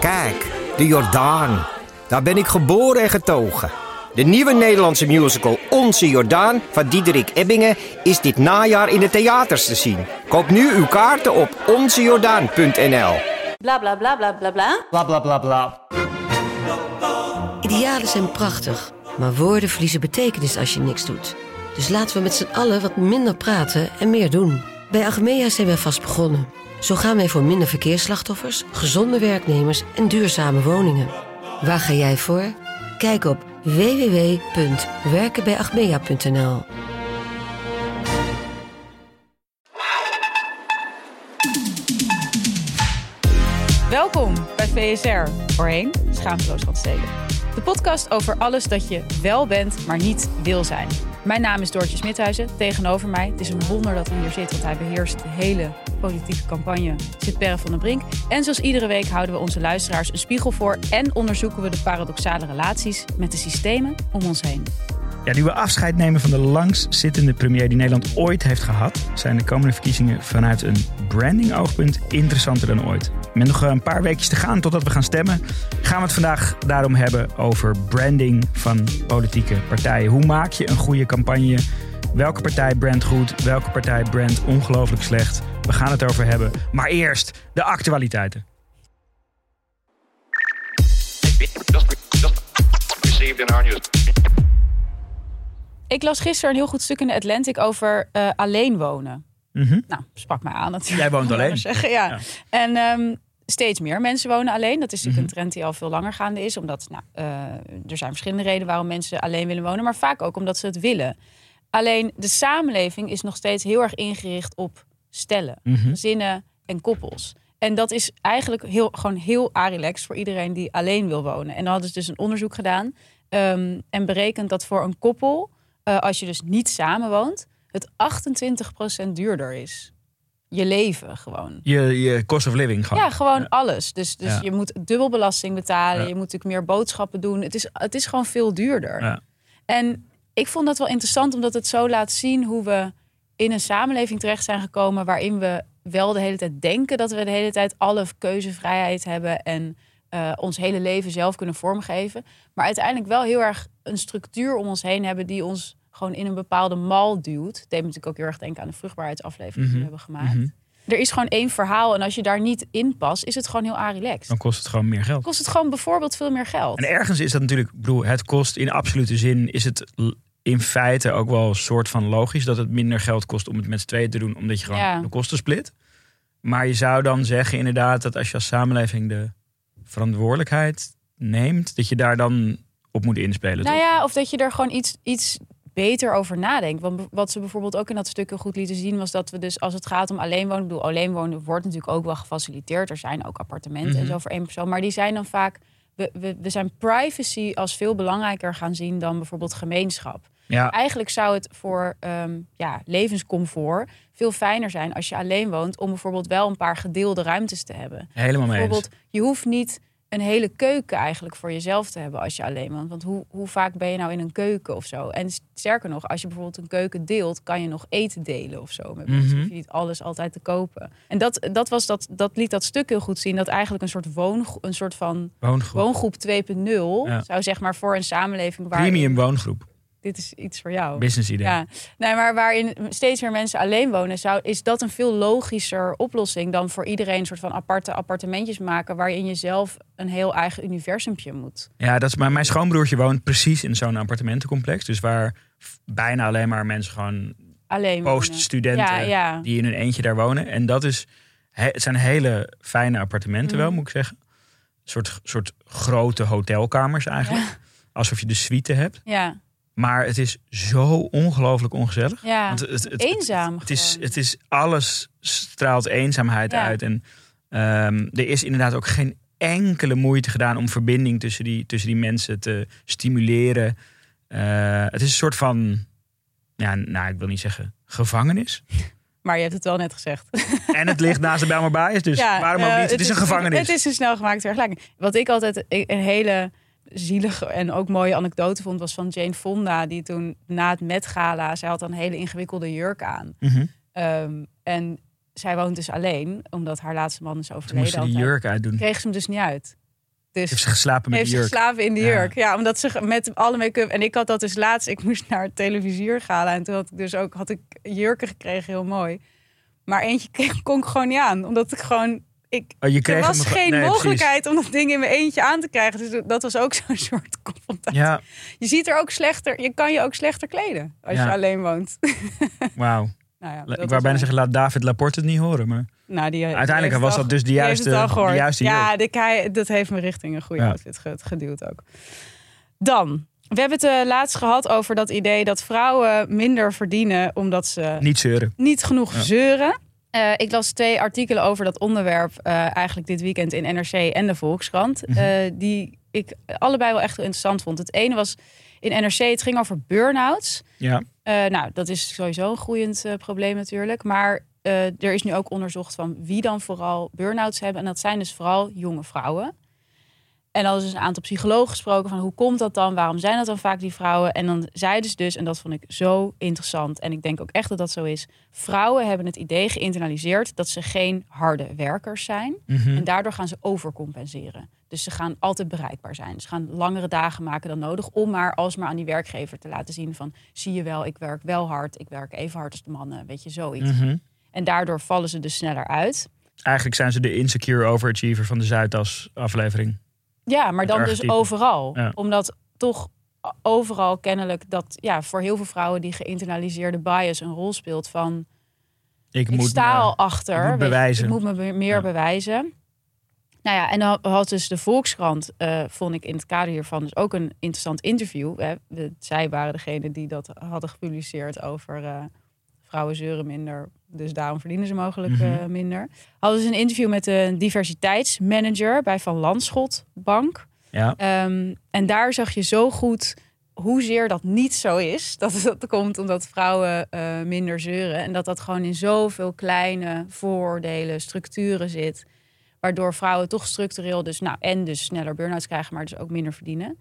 Kijk, de Jordaan. Daar ben ik geboren en getogen. De nieuwe Nederlandse musical Onze Jordaan van Diederik Ebbingen is dit najaar in de theaters te zien. Koop nu uw kaarten op onzejordaan.nl. Bla bla bla bla bla bla. Bla bla bla bla. Idealen zijn prachtig, maar woorden verliezen betekenis als je niks doet. Dus laten we met z'n allen wat minder praten en meer doen. Bij Achmea zijn we vast begonnen. Zo gaan wij voor minder verkeersslachtoffers, gezonde werknemers en duurzame woningen. Waar ga jij voor? Kijk op www.werkenbijachmea.nl. Welkom bij VSR, voorheen Schaamteloos Randstedelijk. De podcast over alles dat je wel bent, maar niet wil zijn. Mijn naam is Doortje Smithuizen, tegenover mij. Het is een wonder dat hij hier zit, want hij beheerst de hele politieke campagne. Zit Perre van den Brink. En zoals iedere week houden we onze luisteraars een spiegel voor en onderzoeken we de paradoxale relaties met de systemen om ons heen. Ja, nu we afscheid nemen van de langstzittende premier die Nederland ooit heeft gehad, zijn de komende verkiezingen vanuit een branding-oogpunt interessanter dan ooit. Met nog een paar weekjes te gaan totdat we gaan stemmen, gaan we het vandaag daarom hebben over branding van politieke partijen. Hoe maak je een goede campagne? Welke partij brandt goed? Welke partij brandt ongelooflijk slecht? We gaan het over hebben. Maar eerst de actualiteiten. Ik las gisteren een heel goed stuk in de Atlantic over alleen wonen. Mm-hmm. Nou, sprak mij aan natuurlijk. Jij woont alleen. Zeggen, ja. En steeds meer mensen wonen alleen. Dat is natuurlijk een trend die al veel langer gaande is. Omdat er zijn verschillende redenen waarom mensen alleen willen wonen. Maar vaak ook omdat ze het willen. Alleen de samenleving is nog steeds heel erg ingericht op stellen, gezinnen en koppels. En dat is eigenlijk gewoon heel relaxed voor iedereen die alleen wil wonen. En dan hadden ze dus een onderzoek gedaan. En berekend dat voor een koppel, als je dus niet samenwoont, het 28% duurder is. Je leven gewoon. Je cost of living gewoon. Ja, gewoon alles. Dus Ja. je moet dubbelbelasting betalen. Ja. Je moet natuurlijk meer boodschappen doen. Het is gewoon veel duurder. Ja. En ik vond dat wel interessant, omdat het zo laat zien hoe we in een samenleving terecht zijn gekomen waarin we wel de hele tijd denken dat we de hele tijd alle keuzevrijheid hebben en ons hele leven zelf kunnen vormgeven. Maar uiteindelijk wel heel erg een structuur om ons heen hebben die ons gewoon in een bepaalde mal duwt. Het deed me natuurlijk ook heel erg denken aan de vruchtbaarheidsaflevering die we hebben gemaakt. Er is gewoon één verhaal en als je daar niet in past, is het gewoon heel relaxed. Dan kost het gewoon meer geld. Kost het gewoon bijvoorbeeld veel meer geld. En ergens is dat natuurlijk, ik bedoel, het kost in absolute zin, is het in feite ook wel een soort van logisch dat het minder geld kost om het met z'n tweeën te doen, omdat je gewoon de kosten split. Maar je zou dan zeggen inderdaad dat als je als samenleving de verantwoordelijkheid neemt, dat je daar dan op moet inspelen. Nou toch? ja, of dat je er gewoon iets beter over nadenkt. Want wat ze bijvoorbeeld ook in dat stuk heel goed lieten zien, was dat we dus als het gaat om alleenwonen, alleenwonen wordt natuurlijk ook wel gefaciliteerd. Er zijn ook appartementen en zo voor één persoon. Maar die zijn dan vaak, we zijn privacy als veel belangrijker gaan zien dan bijvoorbeeld gemeenschap. Ja. Eigenlijk zou het voor levenscomfort veel fijner zijn als je alleen woont, om bijvoorbeeld wel een paar gedeelde ruimtes te hebben. Helemaal mee eens. Bijvoorbeeld, je hoeft niet een hele keuken eigenlijk voor jezelf te hebben als je alleen woont. Want hoe vaak ben je nou in een keuken of zo? En sterker nog, als je bijvoorbeeld een keuken deelt, kan je nog eten delen of zo. Met mensen hoef je niet alles altijd te kopen. En dat liet dat stuk heel goed zien, dat eigenlijk een soort van woongroep 2.0 zou zeg maar voor een samenleving waar Premium woongroep. dit is iets voor jou. Business idee. Ja, nee, maar waarin steeds meer mensen alleen wonen, is dat een veel logischer oplossing dan voor iedereen een soort van aparte appartementjes maken waarin je zelf een heel eigen universumpje moet. Ja, maar mijn schoonbroertje woont precies in zo'n appartementencomplex. Dus waar bijna alleen maar mensen gewoon Alleen poststudenten die in hun eentje daar wonen. En dat is, het zijn hele fijne appartementen wel, moet ik zeggen. Een soort grote hotelkamers eigenlijk. Ja. Alsof je de suite hebt. Ja. Maar het is zo ongelooflijk ongezellig. Ja, want het eenzaam. Het is alles straalt eenzaamheid uit. En er is inderdaad ook geen enkele moeite gedaan om verbinding tussen die mensen te stimuleren. Het is een soort van, ik wil niet zeggen gevangenis. Maar je hebt het wel net gezegd. En het ligt naast de Bijlmerbaai, dus waarom ook niet? Het is een gevangenis. Het is een snel gemaakte vergelijking. Wat ik altijd een hele zielige en ook mooie anekdote vond, was van Jane Fonda, die toen na het Met Gala, zij had een hele ingewikkelde jurk aan. En zij woont dus alleen, omdat haar laatste man is overleden. Toen moest ze die jurk uitdoen. Kreeg ze hem dus niet uit. Dus Heeft ze geslapen met heeft de ze jurk? geslapen in de Ja. jurk. Ja, omdat ze met alle make-up... En ik had dat dus laatst... Ik moest naar het televisiegala. En toen had ik jurken gekregen, heel mooi. Maar eentje kon ik gewoon niet aan. Omdat ik gewoon... Er was geen mogelijkheid om dat ding in mijn eentje aan te krijgen. Dus dat was ook zo'n soort confrontatie. Ja, Je ziet er ook slechter... Je kan je ook slechter kleden als je alleen woont. wauw. Nou ja, Ik dat wou was bijna wel- zeggen, laat David Laporte het niet horen. Maar uiteindelijk was dat dus de juiste jurk. Ja, dat heeft me richting een goede outfit geduwd ook. Dan, we hebben het laatst gehad over dat idee dat vrouwen minder verdienen omdat ze Niet zeuren. niet genoeg zeuren. Ik las 2 artikelen over dat onderwerp eigenlijk dit weekend in NRC en de Volkskrant. Die ik allebei wel echt heel interessant vond. Het ene was in NRC, het ging over burn-outs. Ja. Nou, dat is sowieso een groeiend probleem natuurlijk. Maar er is nu ook onderzocht van wie dan vooral burn-outs hebben. En dat zijn dus vooral jonge vrouwen. En dan is dus een aantal psychologen gesproken van hoe komt dat dan? Waarom zijn dat dan vaak die vrouwen? En dan zeiden ze dus, en dat vond ik zo interessant. En ik denk ook echt dat dat zo is. Vrouwen hebben het idee geïnternaliseerd dat ze geen harde werkers zijn. En daardoor gaan ze overcompenseren. Dus ze gaan altijd bereikbaar zijn. Ze gaan langere dagen maken dan nodig om maar alsmaar aan die werkgever te laten zien van zie je wel, ik werk wel hard. Ik werk even hard als de mannen, weet je, zoiets. En daardoor vallen ze dus sneller uit. Eigenlijk zijn ze de insecure overachiever van de Zuidas aflevering. Ja, maar dan dus overal. Ja. Omdat toch overal kennelijk dat voor heel veel vrouwen die geïnternaliseerde bias een rol speelt van ik sta al achter. Ik moet bewijzen. Ik moet me meer bewijzen. Nou ja, en dan had dus de Volkskrant, vond ik in het kader hiervan dus ook een interessant interview. Zij waren degene die dat hadden gepubliceerd over vrouwen zeuren minder, dus daarom verdienen ze mogelijk minder. Hadden ze een interview met een diversiteitsmanager bij Van Lanschot Bank. Ja. En daar zag je zo goed hoezeer dat niet zo is. Dat komt omdat vrouwen minder zeuren. En dat gewoon in zoveel kleine vooroordelen, structuren zit. Waardoor vrouwen toch structureel dus sneller burn-outs krijgen, maar dus ook minder verdienen.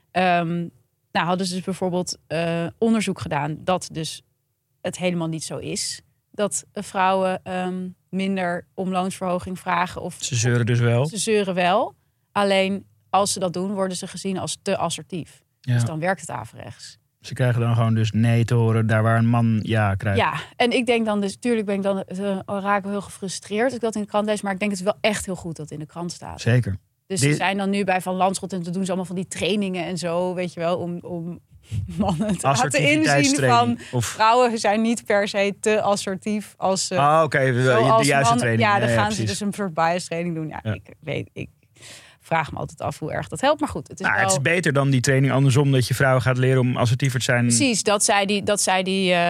Hadden ze dus bijvoorbeeld onderzoek gedaan dat dus het helemaal niet zo is. Dat vrouwen minder om loonsverhoging vragen. Of ze zeuren dus wel. Ze zeuren wel. Alleen als ze dat doen, worden ze gezien als te assertief. Ja. Dus dan werkt het averechts. Ze krijgen dan gewoon dus nee te horen daar waar een man ja krijgt. Ja, en ik denk dan dus, tuurlijk ben ik dan raak ik heel gefrustreerd als ik dat in de krant lees. Maar ik denk het wel echt heel goed dat het in de krant staat. Zeker. Dus ze zijn dan nu bij Van Lanschot en toen doen ze allemaal van die trainingen en zo, weet je wel, om mannen te laten inzien van vrouwen zijn niet per se te assertief als ze. De juiste training. Ja, dan gaan ze dus een soort bias training doen. Ja. Ik vraag me altijd af hoe erg dat helpt, maar goed. Het is, het is beter dan die training andersom, dat je vrouwen gaat leren om assertiever te zijn. Precies, dat zei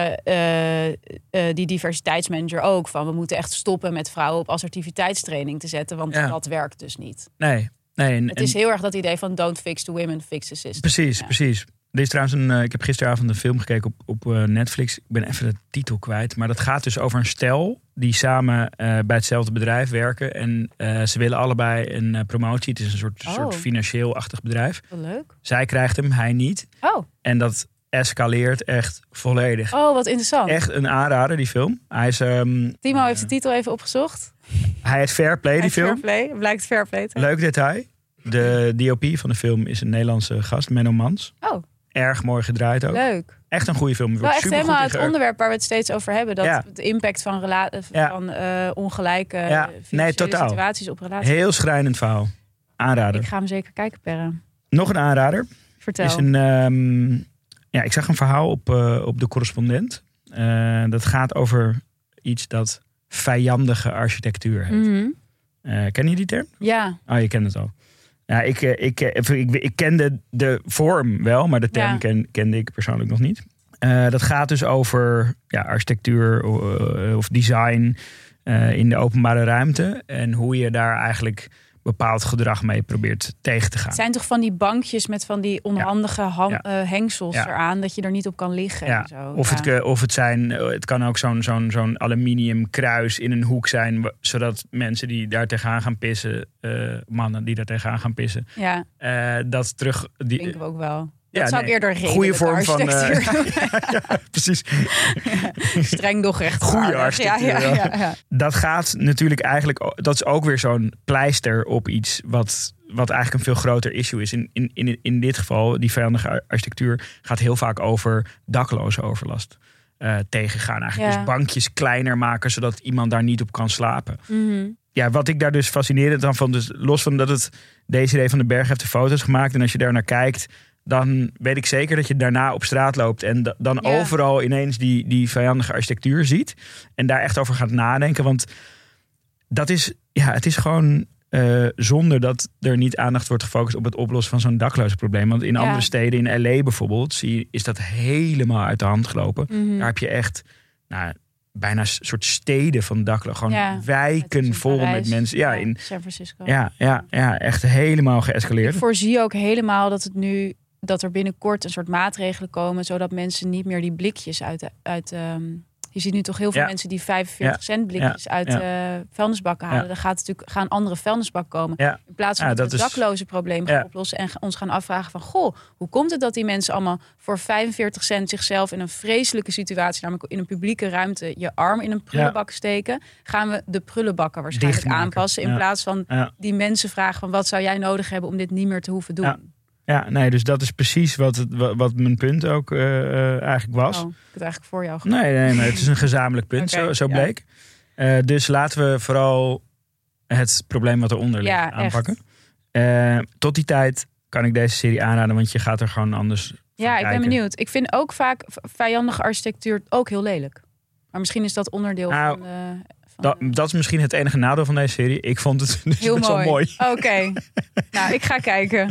die diversiteitsmanager ook. Van we moeten echt stoppen met vrouwen op assertiviteitstraining te zetten, want dat werkt dus niet. Nee. Het is heel erg dat idee van don't fix the women, fix the system. Precies. Er is trouwens ik heb gisteravond een film gekeken op Netflix. Ik ben even de titel kwijt. Maar dat gaat dus over een stel die samen bij hetzelfde bedrijf werken. En ze willen allebei een promotie. Het is een soort financieel-achtig bedrijf. Wat leuk. Zij krijgt hem, hij niet. Oh. En dat escaleert echt volledig. Oh, wat interessant. Echt een aanrader, die film. Hij is, Timo heeft de titel even opgezocht. Hij is fair play, die film. Blijkt fair play te Leuk detail. De DOP van de film is een Nederlandse gast, Menno Mans. Oh. Erg mooi gedraaid ook. Leuk. Echt een goede film. Wel echt helemaal het onderwerp waar we het steeds over hebben. Dat de impact van ongelijke financiële situaties op relaties. Heel schrijnend verhaal. Aanrader. Ik ga hem zeker kijken, Perre. Nog een aanrader. Vertel. Is ik zag een verhaal op De Correspondent. Dat gaat over iets dat vijandige architectuur heet. Ken je die term? Ja. Oh, je kent het al. Ja, ik kende de vorm wel, maar de term kende ik persoonlijk nog niet. Dat gaat dus over architectuur of design in de openbare ruimte. En hoe je daar eigenlijk bepaald gedrag mee probeert tegen te gaan. Het zijn toch van die bankjes met van die onhandige hengsels eraan, dat je er niet op kan liggen. Ja. En zo. Of het kan ook zo'n aluminium kruis in een hoek zijn, zodat mensen die daar tegenaan gaan pissen, mannen die daar tegenaan gaan pissen, dat terug. Die denk ik ook wel. Dat zou ik eerder reden. Goede vorm van precies. Streng doch recht. Goede architectuur. Ja. Dat gaat natuurlijk eigenlijk. Dat is ook weer zo'n pleister op iets wat wat eigenlijk een veel groter issue is. In dit geval, die vijandige architectuur gaat heel vaak over dakloze overlast tegengaan. Eigenlijk dus bankjes kleiner maken, zodat iemand daar niet op kan slapen. Mm-hmm. Ja, wat ik daar dus fascinerend aan vond, dus los van dat het Desiree van den Berg heeft de foto's gemaakt. En als je daar naar kijkt, dan weet ik zeker dat je daarna op straat loopt en dan overal ineens die vijandige architectuur ziet. En daar echt over gaat nadenken. Want dat is, het is gewoon zonde dat er niet aandacht wordt gefocust op het oplossen van zo'n daklozenprobleem. Want in andere steden, in LA bijvoorbeeld, is dat helemaal uit de hand gelopen. Mm-hmm. Daar heb je echt bijna een soort steden van daklozen. Gewoon wijken vol Parijs, met mensen. Ja, in San Francisco. Ja, echt helemaal geëscaleerd. Ik voorzie ook helemaal dat er binnenkort een soort maatregelen komen, zodat mensen niet meer die blikjes uit je ziet nu toch heel veel mensen die 45 cent blikjes uit vuilnisbakken halen. Dan gaan andere vuilnisbakken komen. Ja. In plaats van dat we het dakloze probleem gaan oplossen en ons gaan afvragen van, hoe komt het dat die mensen allemaal voor 45 cent zichzelf in een vreselijke situatie, namelijk in een publieke ruimte, je arm in een prullenbak steken? Gaan we de prullenbakken waarschijnlijk aanpassen in plaats van die mensen vragen van, wat zou jij nodig hebben om dit niet meer te hoeven doen? Ja, nee, dus dat is precies wat mijn punt ook eigenlijk was. Ik heb het eigenlijk voor jou gedaan. Nee, maar het is een gezamenlijk punt, zo bleek. Dus laten we vooral het probleem wat eronder ligt aanpakken. Tot die tijd kan ik deze serie aanraden, want je gaat er gewoon anders ik ben benieuwd. Ik vind ook vaak vijandige architectuur ook heel lelijk. Maar misschien is dat onderdeel van dat is misschien het enige nadeel van deze serie. Ik vond het dus heel best wel mooi. Oké. Nou, ik ga kijken.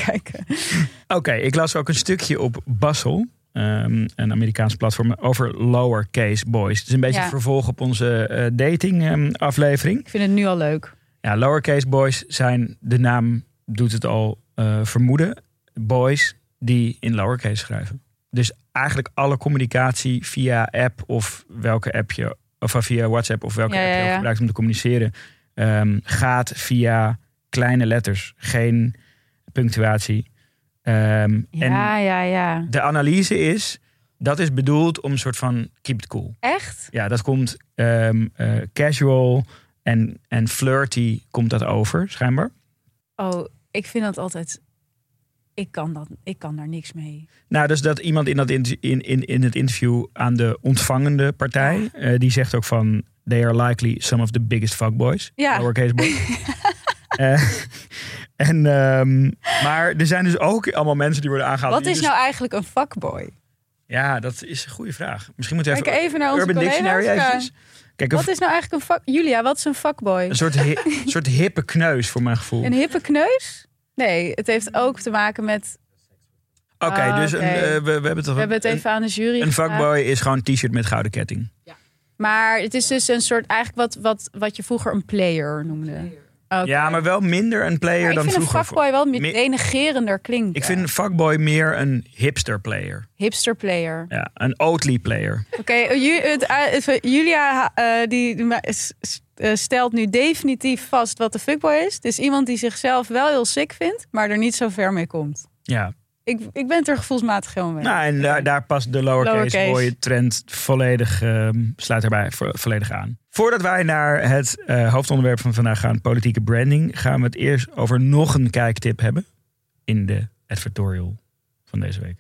Oké, ik las ook een stukje op Bustle, een Amerikaans platform, over lowercase boys. Het is een beetje vervolg op onze dating aflevering. Ik vind het nu al leuk. Ja, lowercase boys zijn, de naam doet het al vermoeden, boys die in lowercase schrijven. Dus eigenlijk alle communicatie via app of welke app je, of via WhatsApp of welke app je ook gebruikt om te communiceren, gaat via kleine letters, geen punctuatie. En de analyse is, dat is bedoeld om een soort van keep it cool. Echt? Ja, dat komt casual en flirty komt dat over, schijnbaar. Oh, ik vind dat altijd, ik kan daar niks mee. Nou, dus dat iemand in het interview aan de ontvangende partij, die zegt ook van, they are likely some of the biggest fuckboys. Ja. Lowercase boys. Maar er zijn dus ook allemaal mensen die worden aangehaald. Wat is nou eigenlijk een fuckboy? Ja, dat is een goede vraag. Misschien moeten we even naar onze Urban Dictionary eventjes. Kijk, wat is nou eigenlijk een Julia, wat is een fuckboy? Een soort hippe kneus voor mijn gevoel. Een hippe kneus? Nee, het heeft ook te maken met... Oké, dus we hebben het even aan de jury Een gevraagd. fuckboy is gewoon een t-shirt met gouden ketting. Ja. Maar het is dus een soort, eigenlijk wat je vroeger een player noemde. Okay. Ja, maar wel minder een player dan vroeger. Ik vind een fuckboy wel denigerender klinken. Ik vind een fuckboy meer een hipster player. Hipster player. Ja, een Oatly player. Oké, Julia stelt nu definitief vast wat de fuckboy is. Het is iemand die zichzelf wel heel sick vindt, maar er niet zo ver mee komt. Ja. Ik ben het er gevoelsmatig helemaal mee. Nou, en daar past de lowercase boy trend volledig, sluit daarbij volledig aan. Voordat wij naar het hoofdonderwerp van vandaag gaan, politieke branding, gaan we het eerst over nog een kijktip hebben in de advertorial van deze week.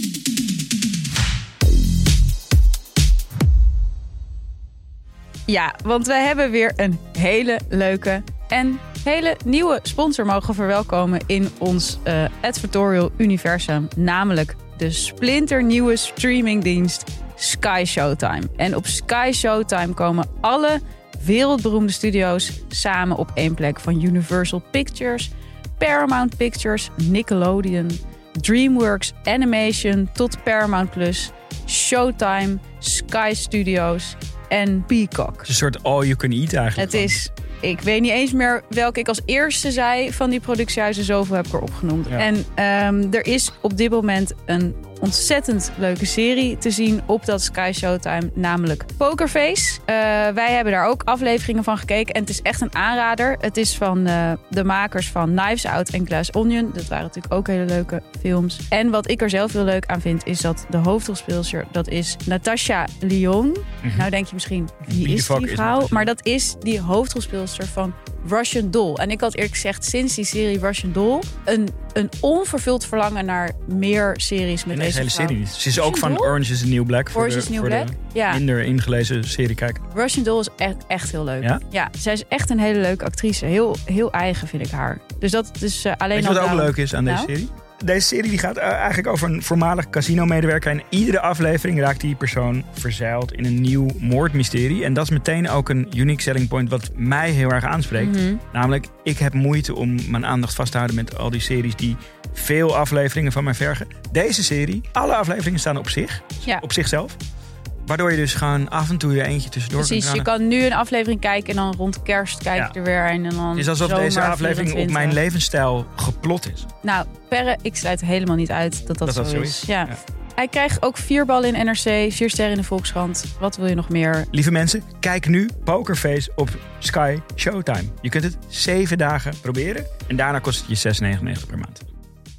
Ja, want we hebben weer een hele leuke en hele nieuwe sponsor mogen verwelkomen in ons advertorial universum. Namelijk de splinternieuwe streamingdienst Sky Showtime. En op Sky Showtime komen alle wereldberoemde studio's samen op één plek. Van Universal Pictures, Paramount Pictures, Nickelodeon, DreamWorks Animation tot Paramount Plus, Showtime, Sky Studios en Peacock. Het is een soort all-you-can-eat eigenlijk. Het is... Ik weet niet eens meer welke ik als eerste zei van die productiehuizen. Zoveel heb ik erop genoemd. Ja. En er is op dit moment een ontzettend leuke serie te zien op dat Sky Showtime. Namelijk Pokerface. Wij hebben daar ook afleveringen van gekeken. En het is echt een aanrader. Het is van de makers van Knives Out en Glass Onion. Dat waren natuurlijk ook hele leuke films. En wat ik er zelf heel leuk aan vind, is dat de hoofdrolspeelster, dat is Natasha Lyonne. Nou denk je misschien, wie is die vrouw? Maar dat is die hoofdrolspeelster van Russian Doll. En ik had eerlijk gezegd sinds die serie Russian Doll een onvervuld verlangen naar meer series met deze hele vrouw. serie niet. Ze is ook van Doll? Orange is the New Black. Orange is the New Black? Ja. Minder ingelezen serie kijken. Russian Doll is echt heel leuk. Ja? Zij is echt een hele leuke actrice. Heel eigen vind ik haar. Dus dat is alleen Weet je al wat ook daarom. leuk is aan deze serie? Deze serie die gaat eigenlijk over een voormalig casino-medewerker. En iedere aflevering raakt die persoon verzeild in een nieuw moordmysterie. En dat is meteen ook een unique selling point wat mij heel erg aanspreekt. Namelijk, ik heb moeite om mijn aandacht vast te houden met al die series die veel afleveringen van mij vergen. Deze serie, alle afleveringen staan op zich. Ja. Op zichzelf. Waardoor je dus gewoon af en toe er eentje tussendoor Precies, kunt je kan nu een aflevering kijken en dan rond kerst kijk je er weer een. En dan Het is alsof zomer deze aflevering 24. op mijn levensstijl geplot is. Nou, Perre, ik sluit helemaal niet uit dat zo is. Ja. Ja. Hij krijgt ook 4 ballen in NRC, 4 sterren in de Volkskrant. Wat wil je nog meer? Lieve mensen, kijk nu Pokerface op Sky Showtime. Je kunt het 7 dagen proberen en daarna kost het je €6,99 per maand.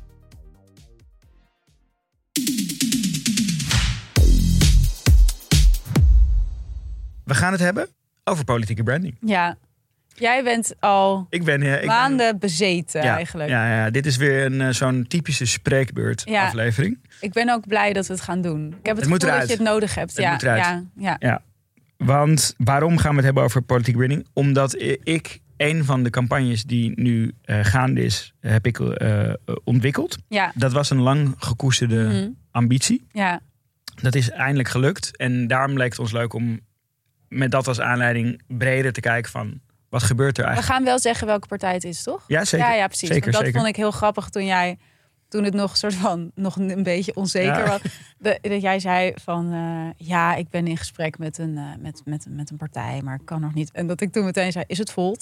We gaan het hebben over politieke branding. Ja, jij bent al maanden bezeten eigenlijk. Ja, dit is weer zo'n typische spreekbeurt aflevering. Ik ben ook blij dat we het gaan doen. Ik heb het moet gevoel eruit. dat je het nodig hebt. Het moet eruit. Ja. Want waarom gaan we het hebben over politieke branding? Omdat ik een van de campagnes die nu gaande is, heb ik ontwikkeld. Ja. Dat was een lang gekoesterde ambitie. Ja. Dat is eindelijk gelukt. En daarom leek het ons leuk om met dat als aanleiding breder te kijken van wat gebeurt er We eigenlijk. gaan wel zeggen welke partij het is, toch? Ja, zeker. Ja, precies. Zeker, dat zeker. vond ik heel grappig toen het nog soort van nog een beetje onzeker was. Dat jij zei van ik ben in gesprek met een partij, maar ik kan nog niet. En dat ik toen meteen zei, is het Volt?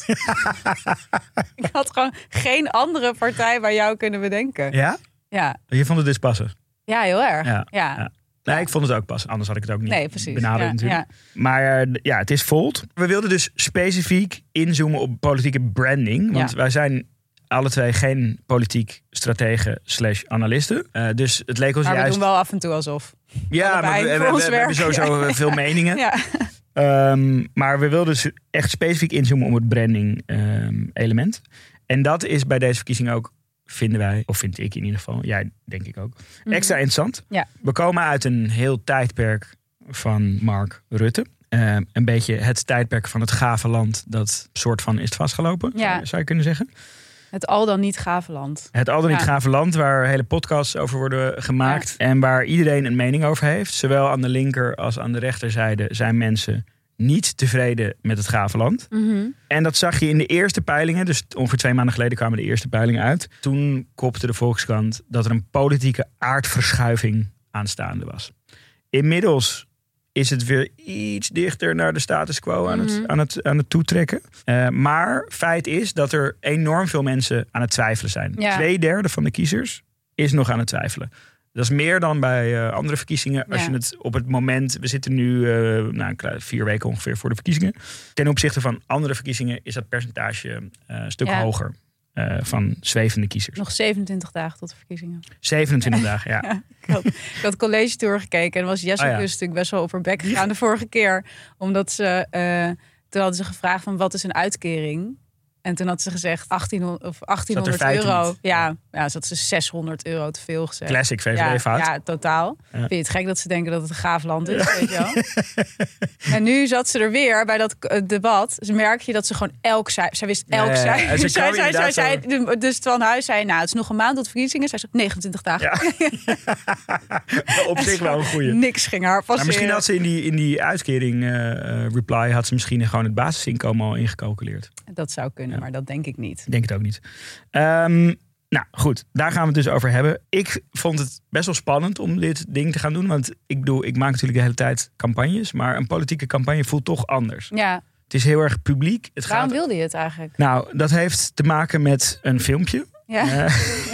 Ik had gewoon geen andere partij bij jou kunnen bedenken. Ja? Ja. Je vond het dus passen? Ja, heel erg. Ja. Nee, ik vond het ook passen. Anders had ik het ook niet benaderd natuurlijk. Ja. Maar het is Volt. We wilden dus specifiek inzoomen op politieke branding. Want wij zijn alle twee geen politiek strategen / analisten. Dus het leek ons maar juist... we doen wel af en toe alsof. Ja, maar we hebben sowieso veel meningen. Ja. Maar we wilden dus echt specifiek inzoomen op het branding element. En dat is bij deze verkiezing ook, vinden wij, of vind ik in ieder geval, jij denk ik ook, extra interessant. Ja. We komen uit een heel tijdperk van Mark Rutte. Een beetje het tijdperk van het gave land dat soort van is vastgelopen, zou je kunnen zeggen. Het al dan niet gave land. Het al dan niet gave land, waar hele podcasts over worden gemaakt. Ja. En waar iedereen een mening over heeft. Zowel aan de linker als aan de rechterzijde zijn mensen niet tevreden met het gave land. En dat zag je in de eerste peilingen. Dus ongeveer 2 maanden geleden kwamen de eerste peilingen uit. Toen kopte de Volkskrant dat er een politieke aardverschuiving aanstaande was. Inmiddels is het weer iets dichter naar de status quo aan het toetrekken. Maar feit is dat er enorm veel mensen aan het twijfelen zijn. Ja. 2/3 van de kiezers is nog aan het twijfelen. Dat is meer dan bij andere verkiezingen. Als je het op het moment... We zitten nu 4 weken ongeveer voor de verkiezingen. Ten opzichte van andere verkiezingen is dat percentage een stuk hoger. Van zwevende kiezers. Nog 27 dagen tot de verkiezingen. 27 dagen, ja. Ik had College Tour gekeken en was Jesse dus natuurlijk best wel op haar bek gegaan de vorige keer. Omdat toen hadden ze gevraagd van wat is een uitkering? En toen had ze gezegd 1800 euro. Ja, zat ze 600 euro te veel gezegd. Classic VVD-fout. Ja, totaal. Ja. Vind je het gek dat ze denken dat het een gaaf land is? Weet je wel? En nu zat ze er weer bij dat debat. Dus merk je dat ze gewoon elk cijfer... Zij wist elk cijfer. Zij zei, dus Twan Huis zei, het is nog een maand tot verkiezingen. Zij zei 29 dagen. Ja. Op zich wel een goeie. Niks ging haar passeren. Misschien had ze in die uitkering reply... had ze misschien gewoon het basisinkomen al ingecalculeerd. Dat zou kunnen, maar dat denk ik niet. Ik denk het ook niet. Nou goed, daar gaan we het dus over hebben. Ik vond het best wel spannend om dit ding te gaan doen. Want ik maak natuurlijk de hele tijd campagnes. Maar een politieke campagne voelt toch anders. Ja. Het is heel erg publiek. Waarom wilde je het eigenlijk? Nou, dat heeft te maken met een filmpje. Ja.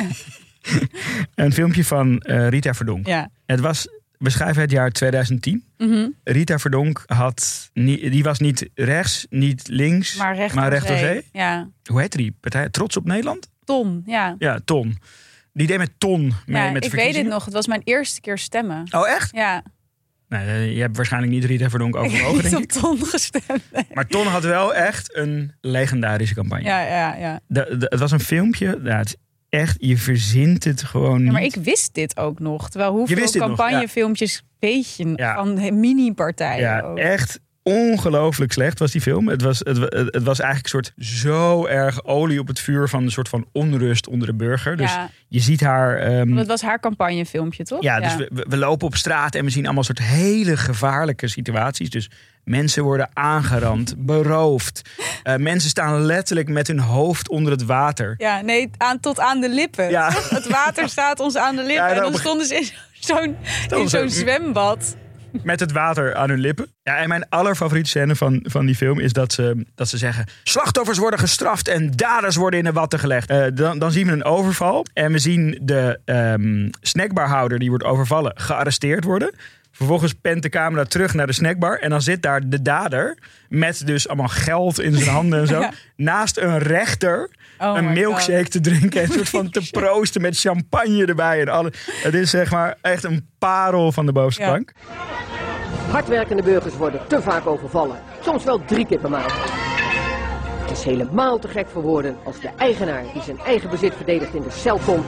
Een filmpje van Rita Verdonk. Ja. We schrijven het jaar 2010. Rita Verdonk die was niet rechts, niet links, maar recht door zee. Ja. Hoe heette die partij? Trots op Nederland? Ton, ja. Ja, Ton. Die deed met Ton mee met de verkiezingen. Ik weet het nog. Het was mijn eerste keer stemmen. Oh, echt? Ja. Nou, je hebt waarschijnlijk niet Rita Verdonk overwogen, denk ik. Ik heb op Ton gestemd. Nee. Maar Ton had wel echt een legendarische campagne. Ja. Het was een filmpje. Nou, het is echt, je verzint het gewoon niet. Ja, maar ik wist dit ook nog. Terwijl hoeveel campagnefilmpjes weet je van mini-partijen Ja, ook. echt ongelooflijk slecht was die film. Het was eigenlijk een soort zo erg olie op het vuur van een soort van onrust onder de burger. Dus je ziet haar... Dat was haar campagnefilmpje, toch? Ja, dus we lopen op straat en we zien allemaal soort hele gevaarlijke situaties. Dus mensen worden aangerand, beroofd. Mensen staan letterlijk met hun hoofd onder het water. Ja, nee, tot aan de lippen. Ja. Het water staat ons aan de lippen. Ja, en dan stonden ze in zo'n zwembad. Met het water aan hun lippen. Ja, en mijn allerfavoriete scène van die film is dat ze zeggen... slachtoffers worden gestraft en daders worden in de watten gelegd. Dan zien we een overval. En we zien de snackbarhouder die wordt overvallen gearresteerd worden. Vervolgens pent de camera terug naar de snackbar. En dan zit daar de dader met dus allemaal geld in zijn handen en zo. Ja. Naast een rechter een milkshake te drinken. En een soort van te proosten met champagne erbij. En alles. Het is zeg maar echt een parel van de bovenste plank. Hardwerkende burgers worden te vaak overvallen. Soms wel 3 keer per maand. Het is helemaal te gek voor woorden als de eigenaar die zijn eigen bezit verdedigt in de cel komt.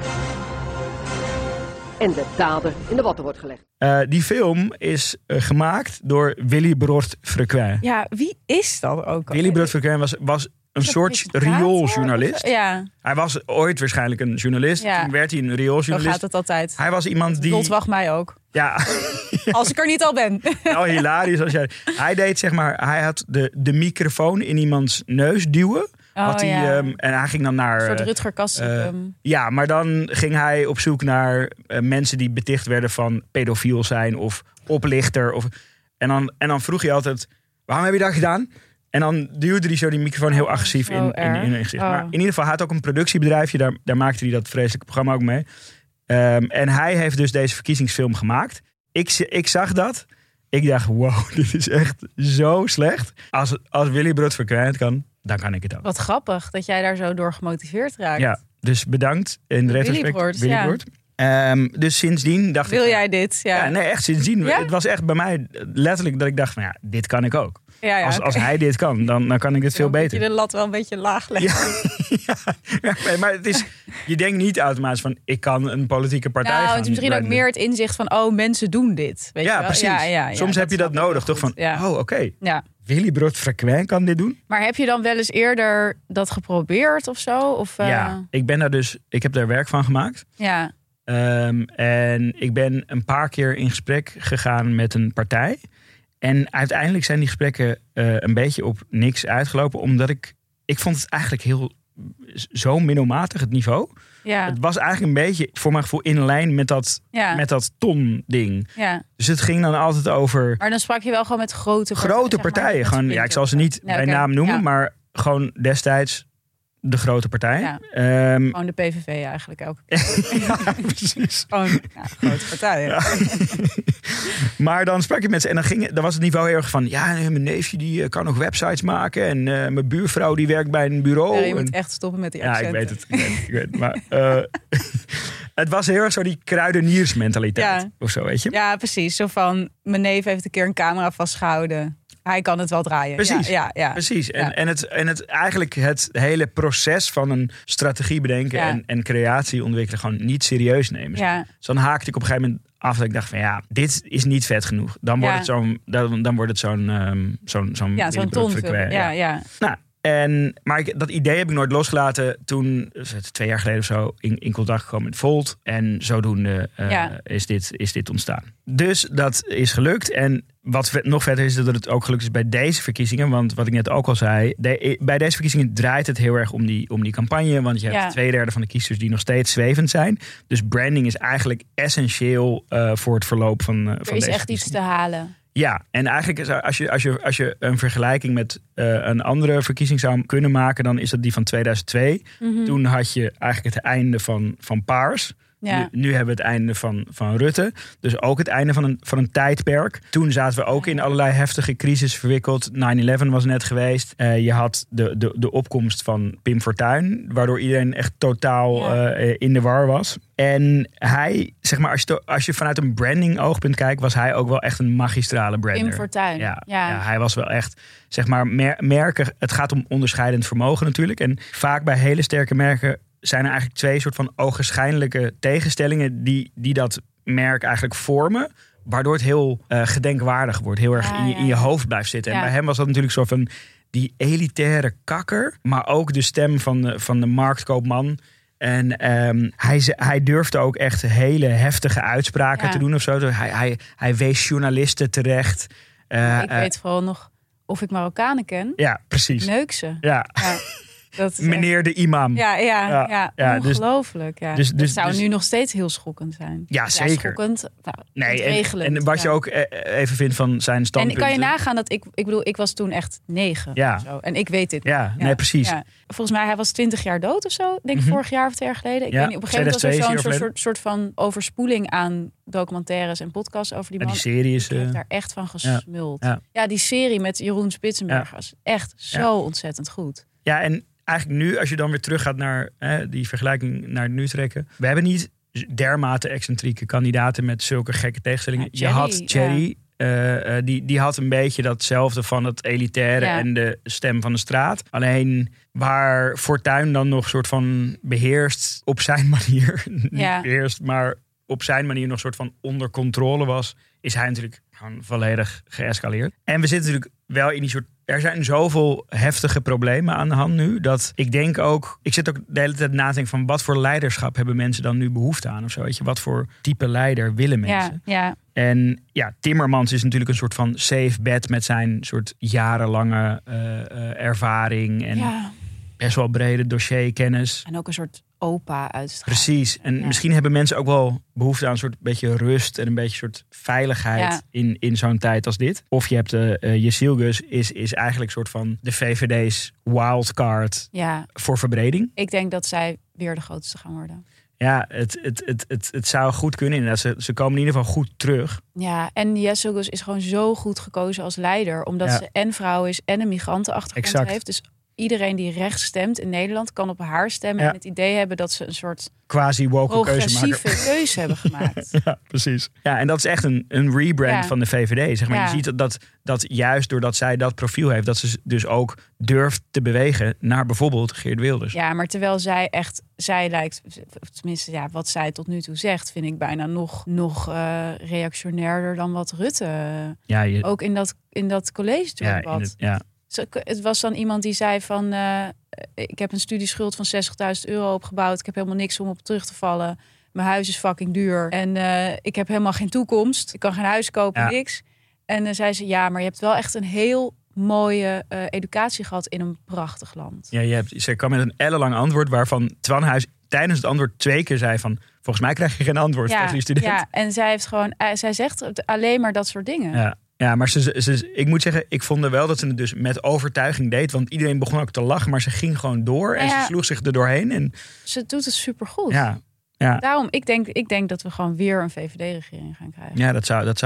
En de dader in de watten wordt gelegd. Die film is gemaakt door Willy Broert Frequin. Ja, wie is dat ook? Willy Broert Frequin was een soort riooljournalist. Ja. Hij was ooit waarschijnlijk een journalist. Ja. Toen werd hij een riooljournalist. Zo gaat het altijd. Hij was iemand die... Dat wacht mij ook. Ja. Als ik er niet al ben. Nou, hilarisch als jij... Hij deed zeg maar... Hij had de microfoon in iemands neus duwen. En hij ging dan naar... Een soort Rutger Kastrikum. Ja, maar dan ging hij op zoek naar mensen die beticht werden van pedofiel zijn of oplichter. En dan vroeg hij altijd, waarom heb je dat gedaan? En dan duwde hij zo die microfoon heel agressief in hun gezicht. Maar in ieder geval, hij had ook een productiebedrijfje. Daar maakte hij dat vreselijke programma ook mee. En hij heeft dus deze verkiezingsfilm gemaakt. Ik zag dat. Ik dacht, wow, dit is echt zo slecht. Als Willy Broert Frequin het kan, dan kan ik het ook. Wat grappig dat jij daar zo door gemotiveerd raakt. Ja, dus bedankt in retrospect. Willy Broert. Dus sindsdien dacht Wil jij dit? Ja. Nee, echt sindsdien. Ja? Het was echt bij mij letterlijk dat ik dacht van dit kan ik ook. Ja, als hij dit kan, dan kan ik dit veel beter. Je de lat wel een beetje laag leggen. Ja, maar het is, je denkt niet automatisch van ik kan een politieke partij gaan. Het is misschien ook meer het inzicht van mensen doen dit. Weet je wel? Precies. Ja, soms heb je dat nodig, toch? Van oké. Ja. Willy Broert Frequin kan dit doen. Maar heb je dan wel eens eerder dat geprobeerd of zo? Of, Ja, ik heb daar werk van gemaakt. Ja. En ik ben een paar keer in gesprek gegaan met een partij. En uiteindelijk zijn die gesprekken een beetje op niks uitgelopen. Omdat ik vond het eigenlijk zo middelmatig, het niveau. Ja. Het was eigenlijk een beetje, voor mijn gevoel, in lijn met dat Ton-ding. Ja. Dus het ging dan altijd over... Maar dan sprak je wel gewoon met grote partijen. Gewoon, ik zal ze niet bij naam noemen, maar gewoon destijds de grote partij. Ja. Gewoon de PVV eigenlijk elke keer. Ja, precies. Gewoon grote partijen. Ja. Maar dan sprak je met ze en dan was het niveau heel erg van... Ja, mijn neefje die kan nog websites maken. En mijn buurvrouw die werkt bij een bureau. Ja, je moet echt stoppen met die accenten. Ja, ik weet het. Maar het was heel erg zo die kruideniersmentaliteit. Of zo, weet je? Ja, precies. Zo van, mijn neef heeft een keer een camera vastgehouden. Hij kan het wel draaien. Precies. Ja. Precies. En het eigenlijk het hele proces van een strategie bedenken en creatie ontwikkelen gewoon niet serieus nemen. Ja. Dus dan haakte ik op een gegeven moment af dat ik dacht van dit is niet vet genoeg. Dan wordt het zo'n tonfilm. Ja. Nou, maar dat idee heb ik nooit losgelaten. Toen, 2 jaar geleden of zo, in contact gekomen met Volt. En zodoende is dit ontstaan. Dus dat is gelukt. En wat nog verder is dat het ook gelukt is bij deze verkiezingen. Want wat ik net ook al zei, bij deze verkiezingen draait het heel erg om die campagne. Want je hebt 2/3 van de kiezers die nog steeds zwevend zijn. Dus branding is eigenlijk essentieel voor het verloop van deze verkiezingen. Er is echt iets te halen. Ja, en eigenlijk als je een vergelijking met een andere verkiezing zou kunnen maken, dan is dat die van 2002. Mm-hmm. Toen had je eigenlijk het einde van Paars. Ja. Nu hebben we het einde van Rutte. Dus ook het einde van een tijdperk. Toen zaten we ook in allerlei heftige crisis verwikkeld. 9/11 was net geweest. Je had de opkomst van Pim Fortuyn. Waardoor iedereen echt totaal in de war was. En hij, zeg maar, als je vanuit een branding oogpunt kijkt, was hij ook wel echt een magistrale brander. Pim Fortuyn. Ja, hij was wel echt, zeg maar, merken. Het gaat om onderscheidend vermogen natuurlijk. En vaak bij hele sterke merken zijn er eigenlijk twee soort van ogenschijnlijke tegenstellingen die dat merk eigenlijk vormen. Waardoor het heel gedenkwaardig wordt. Heel erg in je hoofd blijft zitten. En bij hem was dat natuurlijk zo van die elitaire kakker. Maar ook de stem van de marktkoopman. En hij durfde ook echt hele heftige uitspraken te doen of zo. Hij wees journalisten terecht. Ik weet vooral nog of ik Marokkanen ken. Ja, precies. Ik neuk ze. Ja. Dat is meneer de imam. Ja, ongelooflijk. Dus dat zou nu nog steeds heel schokkend zijn. Ja, zeker. Schokkend. Nou, en wat je ook even vindt van zijn standpunten. En kan je nagaan dat ik was toen echt 9 of zo. En ik weet dit. Nee, precies. Ja. Volgens mij, hij was 20 jaar dood of zo. Denk ik vorig jaar of 2 jaar geleden. Ik weet niet, op een gegeven moment was er zo'n soort van overspoeling aan documentaires en podcasts over die man. Die serie is... Ik heb daar echt van gesmuld. Ja, die serie met Jeroen Spitsenberg was echt zo ontzettend goed. Ja, en eigenlijk nu, als je dan weer terug gaat naar die vergelijking naar het nu trekken. We hebben niet dermate excentrieke kandidaten met zulke gekke tegenstellingen. Ja, Thierry, je had Thierry, die had een beetje datzelfde van het elitaire en de stem van de straat. Alleen waar Fortuyn dan nog soort van beheerst op zijn manier. Niet beheerst, maar op zijn manier nog soort van onder controle was. Is hij natuurlijk gewoon volledig geëscaleerd. En we zitten natuurlijk wel in die soort... Er zijn zoveel heftige problemen aan de hand nu. Dat ik denk ook... Ik zit ook de hele tijd na te denken van... wat voor leiderschap hebben mensen dan nu behoefte aan? Of zo, weet je? Wat voor type leider willen mensen? Ja. En Timmermans is natuurlijk een soort van safe bet... met zijn soort jarenlange ervaring. En best wel brede dossierkennis. En ook een soort opa uitstraling. Precies. En misschien hebben mensen ook wel behoefte aan een soort beetje rust en een beetje soort veiligheid in zo'n tijd als dit. Of je hebt Jezilgus is eigenlijk een soort van de VVD's wildcard voor verbreding. Ik denk dat zij weer de grootste gaan worden. Ja, het zou goed kunnen inderdaad. Ze komen in ieder geval goed terug. Ja, en Jezilgus is gewoon zo goed gekozen als leider. Omdat ze en vrouw is en een migrantenachtergrond heeft. Dus iedereen die rechts stemt in Nederland kan op haar stemmen en het idee hebben dat ze een soort quasi-woke keuze hebben gemaakt. Ja, precies. Ja, en dat is echt een rebrand van de VVD. Zeg maar. Je ziet dat juist doordat zij dat profiel heeft, dat ze dus ook durft te bewegen naar bijvoorbeeld Geert Wilders. Ja, maar terwijl zij lijkt, tenminste wat zij tot nu toe zegt, vind ik bijna nog reactionairder dan wat Rutte ook in dat college debat. Het was dan iemand die zei van... ik heb een studieschuld van €60.000 opgebouwd. Ik heb helemaal niks om op terug te vallen. Mijn huis is fucking duur. En ik heb helemaal geen toekomst. Ik kan geen huis kopen, niks. En dan zei ze, maar je hebt wel echt een heel mooie educatie gehad in een prachtig land. Ja, ze kwam met een ellenlang antwoord waarvan Twan Huis tijdens het antwoord 2 keer zei van... volgens mij krijg je geen antwoord tegen die student. Ja, en zij heeft gewoon... zij zegt alleen maar dat soort dingen. Ja, maar ik moet zeggen, ik vond wel dat ze het dus met overtuiging deed. Want iedereen begon ook te lachen, maar ze ging gewoon door. En ze sloeg zich er doorheen. En ze doet het supergoed. Ja. Daarom, ik denk dat we gewoon weer een VVD-regering gaan krijgen. Ja,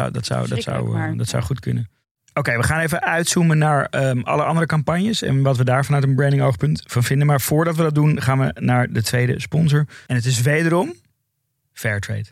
dat zou goed kunnen. Oké, we gaan even uitzoomen naar alle andere campagnes. En wat we daar vanuit een branding oogpunt van vinden. Maar voordat we dat doen, gaan we naar de tweede sponsor. En het is wederom Fairtrade.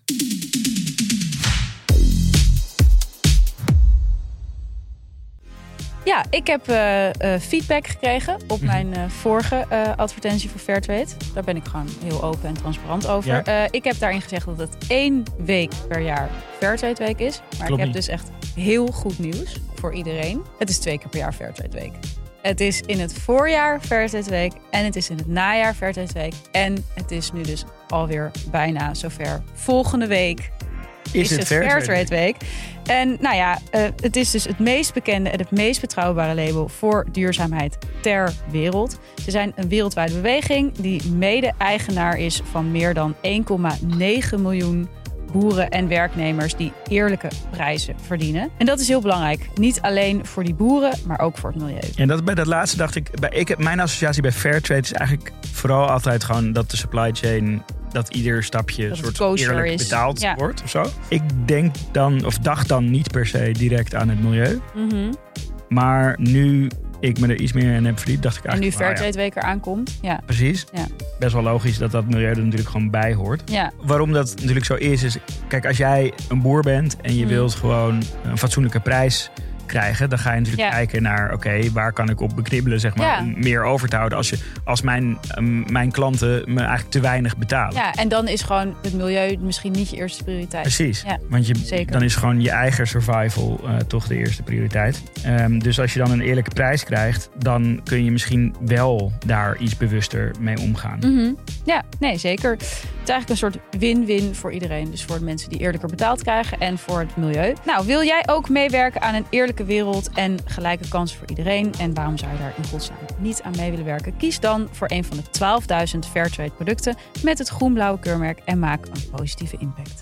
Ja, ik heb feedback gekregen op mijn vorige advertentie voor Fairtrade. Daar ben ik gewoon heel open en transparant over. Ja. Ik heb daarin gezegd dat het 1 week per jaar Fairtrade Week is. Maar ik heb dus echt heel goed nieuws voor iedereen. Het is 2 keer per jaar Fairtrade Week. Het is in het voorjaar Fairtrade Week en het is in het najaar Fairtrade Week. En het is nu dus alweer bijna zover. Volgende week is het Fairtrade Week. En het is dus het meest bekende en het meest betrouwbare label voor duurzaamheid ter wereld. Ze zijn een wereldwijde beweging die mede-eigenaar is van meer dan 1,9 miljoen boeren en werknemers die eerlijke prijzen verdienen. En dat is heel belangrijk. Niet alleen voor die boeren, maar ook voor het milieu. En bij dat laatste dacht mijn associatie bij Fairtrade is eigenlijk vooral altijd gewoon dat de supply chain dat ieder stapje Dat het soort kosher eerlijk is. betaald Ja. wordt of zo. Ik denk dan, of dacht dan niet per se direct aan het milieu. Mhm. Maar nu ik me er iets meer in heb verdiept, dacht ik En nu eigenlijk Fairtrade Week eraan komt. Ja. precies. Ja. Best wel logisch dat milieu er natuurlijk gewoon bij hoort. Ja. Waarom dat natuurlijk zo is, kijk, als jij een boer bent en je wilt gewoon een fatsoenlijke prijs krijgen, dan ga je natuurlijk kijken naar, oké, waar kan ik op beknibbelen, zeg maar, om meer over te houden als mijn klanten me eigenlijk te weinig betalen. Ja, en dan is gewoon het milieu misschien niet je eerste prioriteit. Precies, Ja, want zeker. dan is gewoon je eigen survival toch de eerste prioriteit. Dus als je dan een eerlijke prijs krijgt, dan kun je misschien wel daar iets bewuster mee omgaan. Mhm. Ja, nee, zeker. Het is eigenlijk een soort win-win voor iedereen. Dus voor de mensen die eerlijker betaald krijgen en voor het milieu. Nou, wil jij ook meewerken aan een eerlijke wereld en gelijke kansen voor iedereen? En waarom zou je daar in godsnaam niet aan mee willen werken? Kies dan voor een van de 12.000 Fairtrade producten met het groen-blauwe keurmerk en maak een positieve impact.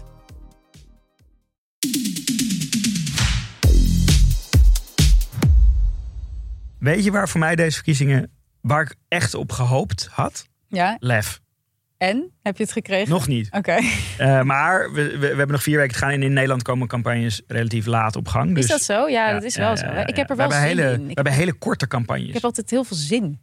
Weet je waar voor mij deze verkiezingen, waar ik echt op gehoopt had? Ja, Lef. en? Heb je het gekregen? Nog niet. Oké. Maar we hebben nog 4 weken te gaan. En in Nederland komen campagnes relatief laat op gang. Dus, Is dat zo? Ja, dat is wel zo. Ik heb er wel zin in. We hebben hele korte campagnes. Ik heb altijd heel veel zin.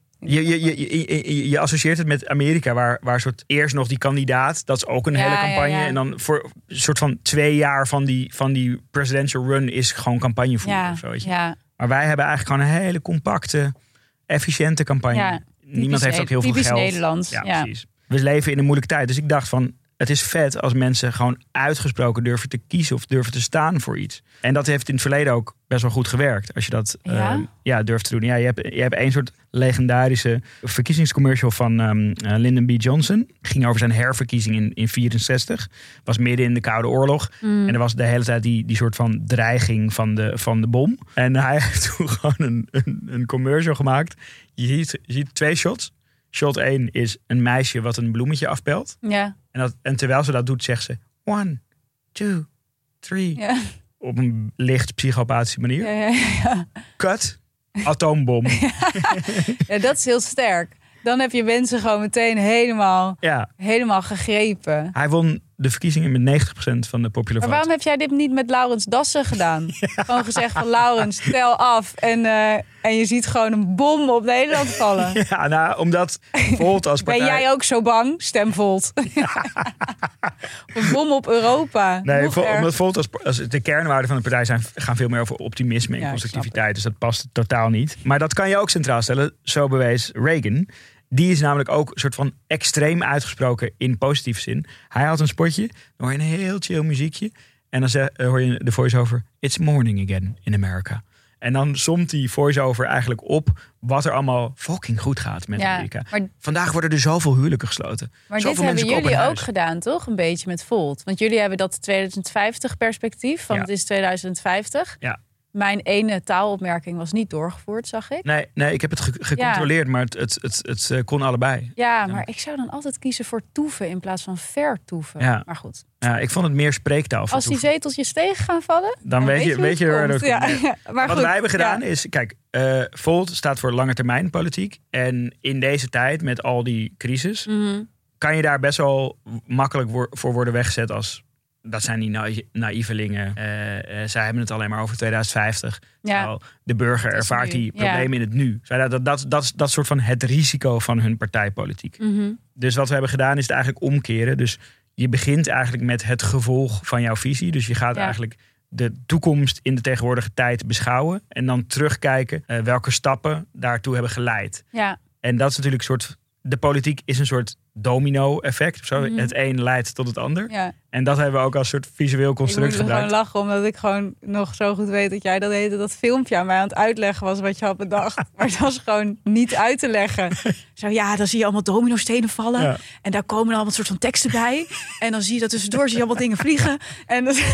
Je associeert het met Amerika, waar soort eerst nog die kandidaat, dat is ook een hele campagne. Ja. En dan voor een soort van 2 jaar van die presidential run is gewoon campagnevoering of zo. Weet je. Ja. Maar wij hebben eigenlijk gewoon een hele compacte, efficiënte campagne. Ja, Niemand heeft ook heel veel typisch geld. Nederlands. Ja. Precies. We leven in een moeilijke tijd. Dus ik dacht van, het is vet als mensen gewoon uitgesproken durven te kiezen of durven te staan voor iets. En dat heeft in het verleden ook best wel goed gewerkt. Als je dat durft te doen. Ja, je hebt één soort legendarische verkiezingscommercial van Lyndon B. Johnson. Ging over zijn herverkiezing in 1964. Was midden in de Koude Oorlog. En er was de hele tijd die soort van dreiging van de bom. En hij heeft toen gewoon een commercial gemaakt. Je ziet 2 shots. Shot 1 is een meisje wat een bloemetje afpelt. Ja. En terwijl ze dat doet, zegt ze 1, 2, 3. Ja. Op een licht psychopathische manier. Ja. Cut. Atoombom. Ja, dat is heel sterk. Dan heb je mensen gewoon meteen helemaal gegrepen. Hij won de verkiezingen met 90% van de popular Maar vote. waarom heb jij dit niet met Laurens Dassen gedaan? Gewoon gezegd van Laurens, tel af. En je ziet gewoon een bom op Nederland vallen. Ja, nou, omdat Volt als partij... Ben jij ook zo bang? Stem Volt. Een bom op Europa. Nee, omdat Volt als de kernwaarden van de partij gaan veel meer over optimisme en constructiviteit. Dus dat past totaal niet. Maar dat kan je ook centraal stellen. Zo bewees Reagan. Die is namelijk ook een soort van extreem uitgesproken in positieve zin. Hij had een spotje, dan hoor je een heel chill muziekje. En dan hoor je de voice-over, it's morning again in America. En dan somt die voice-over eigenlijk op wat er allemaal fucking goed gaat met Amerika. Maar vandaag worden er zoveel huwelijken gesloten. Maar zoveel dit hebben jullie ook huis. gedaan, toch? Een beetje met Volt. Want jullie hebben dat 2050 perspectief. Van het is 2050. Ja. Mijn ene taalopmerking was niet doorgevoerd, zag ik. Nee, ik heb het gecontroleerd, maar het kon allebei. Ja, maar ik zou dan altijd kiezen voor toeven in plaats van vertoeven. Ja. Maar goed. Ja, ik vond het meer spreektaal. Als die zeteltjes tegen gaan vallen, dan weet je waar dat komt. Ja. Maar wat goed, wij hebben gedaan is, kijk, Volt staat voor langetermijnpolitiek. En in deze tijd, met al die crisis, kan je daar best wel makkelijk voor worden weggezet als... Dat zijn die naïvelingen. Zij hebben het alleen maar over 2050. Terwijl de burger ervaart die problemen in het nu. Dat soort van het risico van hun partijpolitiek. Dus wat we hebben gedaan is het eigenlijk omkeren. Dus je begint eigenlijk met het gevolg van jouw visie. Dus je gaat eigenlijk de toekomst in de tegenwoordige tijd beschouwen. En dan terugkijken welke stappen daartoe hebben geleid. Ja. En dat is natuurlijk een soort... De politiek is een soort domino-effect. Of zo. Het een leidt tot het ander. Ja. En dat hebben we ook als soort visueel construct gebruikt. Ik moet gewoon lachen, omdat ik gewoon nog zo goed weet dat jij dat filmpje aan mij aan het uitleggen was wat je had bedacht. Maar het was gewoon niet uit te leggen. Zo dan zie je allemaal dominostenen vallen. Ja. En daar komen dan allemaal soort van teksten bij. En dan zie je dat tussendoor, zie je allemaal dingen vliegen. En dan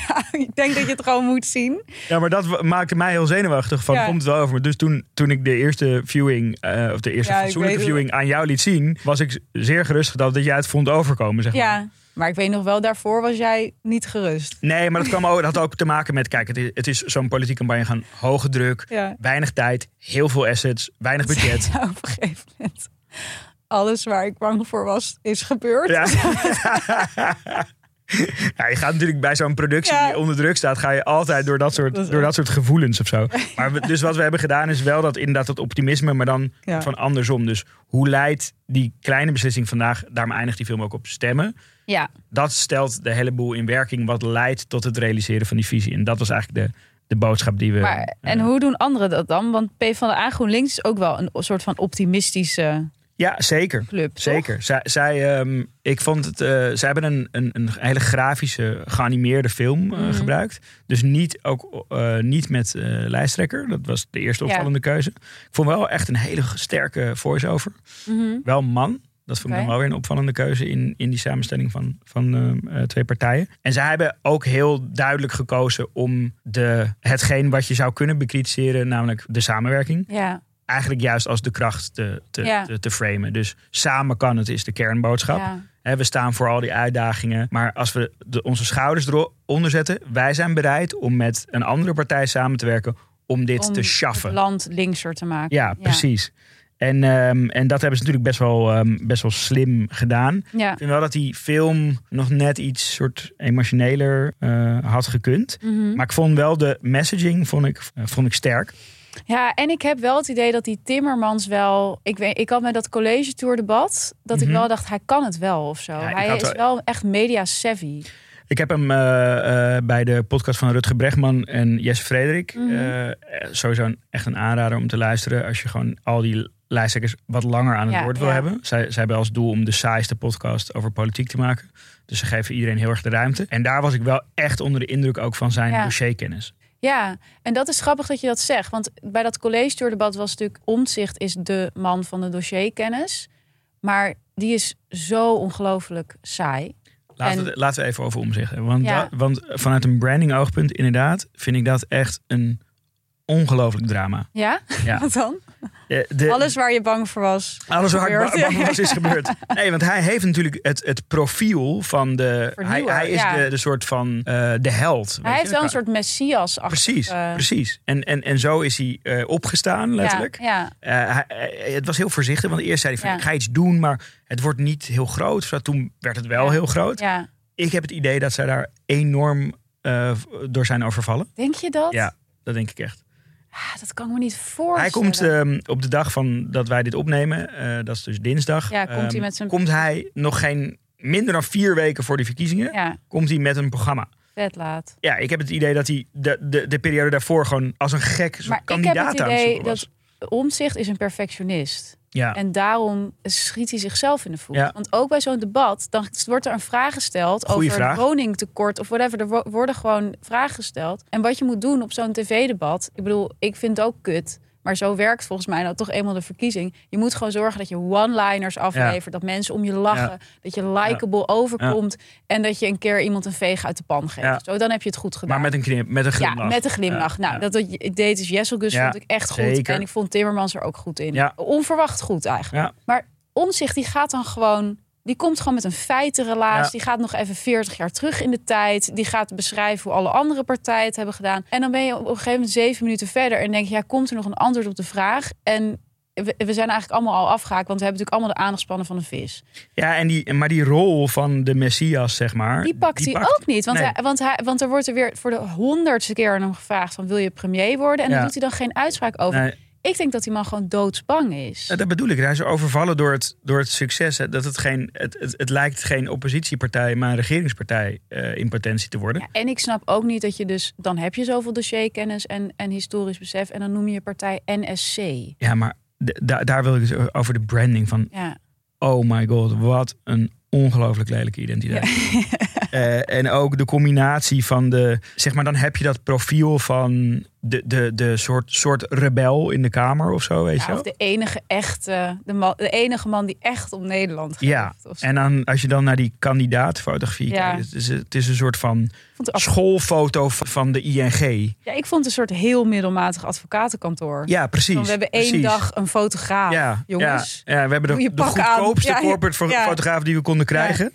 ik denk dat je het gewoon moet zien. Ja, maar dat maakte mij heel zenuwachtig. Van komt het wel over me. Dus toen ik de eerste viewing, of de eerste fatsoenlijke viewing aan jou liet zien, was ik zeer gerustgesteld dat jij het vond overkomen, zeg maar. Ja. Maar ik weet nog wel, daarvoor was jij niet gerust. Nee, maar dat had ook te maken met... Kijk, het is zo'n politieke campagne gaan. Hoge druk, weinig tijd, heel veel assets, weinig budget. Ja, op een gegeven moment alles waar ik bang voor was, is gebeurd. Ja. Ja, je gaat natuurlijk bij zo'n productie die onder druk staat, ga je altijd door dat soort gevoelens of zo. Maar dus wat we hebben gedaan is wel dat inderdaad dat optimisme, maar dan van andersom. Dus hoe leidt die kleine beslissing vandaag, daarom eindigt die film ook op stemmen. Ja. Dat stelt de hele boel in werking wat leidt tot het realiseren van die visie. En dat was eigenlijk de boodschap die we... Maar, en hoe doen anderen dat dan? Want PvdA GroenLinks is ook wel een soort van optimistische... Ja, zeker. Club, zeker. Ik vond het. Zij hebben een hele grafische, geanimeerde film gebruikt. Dus niet met lijsttrekker. Dat was de eerste opvallende keuze. Ik vond wel echt een hele sterke voice-over. Wel man. Dat vond ik dan wel weer een opvallende keuze in die samenstelling van twee partijen. En zij hebben ook heel duidelijk gekozen om hetgeen wat je zou kunnen bekritiseren, namelijk de samenwerking. Ja. Eigenlijk juist als de kracht te framen. Dus samen kan het, is de kernboodschap. Ja. We staan voor al die uitdagingen. Maar als we onze schouders eronder zetten, wij zijn bereid om met een andere partij samen te werken om dit te schaffen. Het land linkser te maken. Ja, precies. En dat hebben ze natuurlijk best wel slim gedaan. Ja. Ik vind wel dat die film nog net iets soort emotioneler had gekund. Maar ik vond wel de messaging vond ik sterk. Ja, en ik heb wel het idee dat die Timmermans wel... Ik had met dat college tour debat... dat ik wel dacht, hij kan het wel of zo. Ja, hij is wel echt media savvy. Ik heb hem bij de podcast van Rutger Bregman en Jesse Frederik... sowieso echt een aanrader om te luisteren... als je gewoon al die lijsttrekkers wat langer aan het woord wil hebben. Zij hebben als doel om de saaiste podcast over politiek te maken. Dus ze geven iedereen heel erg de ruimte. En daar was ik wel echt onder de indruk ook van zijn dossierkennis. Ja, en dat is grappig dat je dat zegt. Want bij dat college-debat was natuurlijk... Omtzigt is de man van de dossierkennis. Maar die is zo ongelooflijk saai. Laten we even over Omtzigt hebben. Want vanuit een branding oogpunt inderdaad... vind ik dat echt een ongelooflijk drama. Ja? Wat dan? Alles waar je bang voor was. Alles waar ik bang voor was is gebeurd. Nee, want hij heeft natuurlijk het profiel van de... Hij is de soort van de held. Hij heeft wel een soort messias. Precies. En zo is hij opgestaan, letterlijk. Ja. Het was heel voorzichtig, want eerst zei hij van... ik ga iets doen, maar het wordt niet heel groot. Toen werd het wel heel groot. Ja. Ik heb het idee dat zij daar enorm door zijn overvallen. Denk je dat? Ja, dat denk ik echt. Dat kan ik me niet voorstellen. Hij komt op de dag van dat wij dit opnemen, dat is dus dinsdag. Ja, komt hij nog geen minder dan 4 weken voor de verkiezingen, komt hij met een programma. Vet laat. Ja, ik heb het idee dat hij de periode daarvoor gewoon als een gek kandidaat aan het zoeken was. Dat Omtzigt is een perfectionist. Ja. En daarom schiet hij zichzelf in de voet. Ja. Want ook bij zo'n debat, dan wordt er een vraag gesteld over het woningtekort of whatever. Er worden gewoon vragen gesteld. En wat je moet doen op zo'n tv-debat, ik bedoel, ik vind het ook kut. Maar zo werkt volgens mij nou toch eenmaal de verkiezing. Je moet gewoon zorgen dat je one-liners aflevert. Dat mensen om je lachen. Ja. Dat je likable overkomt. Ja. En dat je een keer iemand een veeg uit de pan geeft. Ja. Zo, dan heb je het goed gedaan. Maar met een glimlach. Ja, met een glimlach. Ja. Nou, dat deed dus Jesselgus vond ik echt goed. Zeker. En ik vond Timmermans er ook goed in. Ja. Onverwacht goed eigenlijk. Ja. Maar Omtzigt, die gaat dan gewoon... Die komt gewoon met een feitenrelaas. Ja. Die gaat nog even 40 jaar terug in de tijd. Die gaat beschrijven hoe alle andere partijen het hebben gedaan. En dan ben je op een gegeven moment 7 minuten verder. En denk je, komt er nog een antwoord op de vraag? En we zijn eigenlijk allemaal al afgehaakt. Want we hebben natuurlijk allemaal de aandachtspannen van een vis. Ja, maar die rol van de Messias, zeg maar... Die pakt hij ook niet. Want er wordt er weer voor de 100ste keer aan hem gevraagd... van wil je premier worden? En dan doet hij dan geen uitspraak over... Nee. Ik denk dat die man gewoon doodsbang is. Dat bedoel ik. Hij is overvallen door het succes. Dat het lijkt geen oppositiepartij, maar een regeringspartij in potentie te worden. Ja, en ik snap ook niet dat je dus... Dan heb je zoveel dossierkennis en historisch besef... en dan noem je je partij NSC. Ja, maar daar wil ik het over de branding van... Ja. Oh my god, wat een ongelooflijk lelijke identiteit. Ja. En ook de combinatie van zeg maar, dan heb je dat profiel van de soort rebel in de Kamer of zo, weet je wel? Of de enige echte, de enige man die echt om Nederland gaat. Ja, en dan, als je dan naar die kandidaatfotografie kijkt, het is een soort van schoolfoto van de ING. Ja, ik vond het een soort heel middelmatig advocatenkantoor. Ja, precies. We hebben één dag een fotograaf, jongens. Ja, we hebben de goedkoopste corporate fotograaf die we konden krijgen.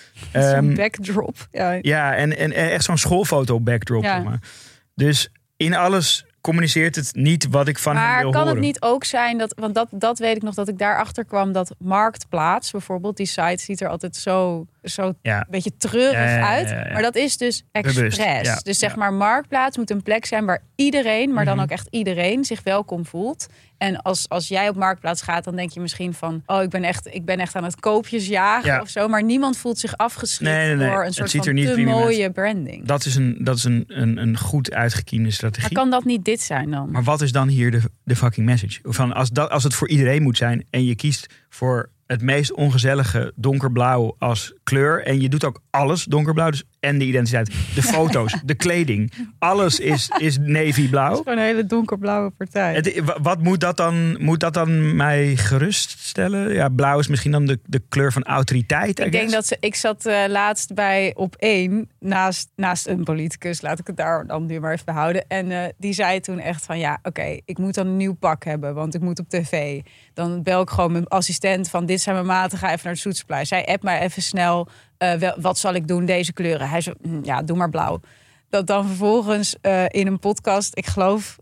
Zo'n backdrop. Ja, en echt zo'n schoolfoto backdrop. Ja. Zeg maar. Dus in alles communiceert het niet wat ik van hem wil Maar horen. kan het niet ook zijn want dat weet ik nog, dat ik daarachter kwam dat Marktplaats bijvoorbeeld, die site ziet er altijd zo een beetje treurig uit. Ja. Maar dat is dus expres. Ja. Dus zeg maar, Marktplaats moet een plek zijn waar iedereen, maar dan ook echt iedereen, zich welkom voelt. En als jij op Marktplaats gaat, dan denk je misschien van, ik ben echt aan het koopjes jagen of zo. Maar niemand voelt zich afgeschrikt door een soort van te mooie branding. Dat is een goed uitgekiende strategie. Maar kan dat niet dit zijn dan? Maar wat is dan hier de fucking message? Van als het voor iedereen moet zijn en je kiest voor het meest ongezellige donkerblauw als kleur. En je doet ook alles donkerblauw. Dus en de identiteit, de foto's, de kleding. Alles is navyblauw. Het is gewoon een hele donkerblauwe partij. Wat moet dat dan mij geruststellen? Ja, blauw is misschien dan de kleur van autoriteit. Ik zat laatst bij Op1 naast een politicus. Laat ik het daar dan nu maar even behouden. En die zei toen echt van ik moet dan een nieuw pak hebben. Want ik moet op tv. Dan bel ik gewoon mijn assistent van dit zijn mijn maten. Ga even naar de Soetsplein. Zij appt mij even snel. Wat zal ik doen? Deze kleuren. Hij zei, doe maar blauw. Dat dan vervolgens in een podcast, ik geloof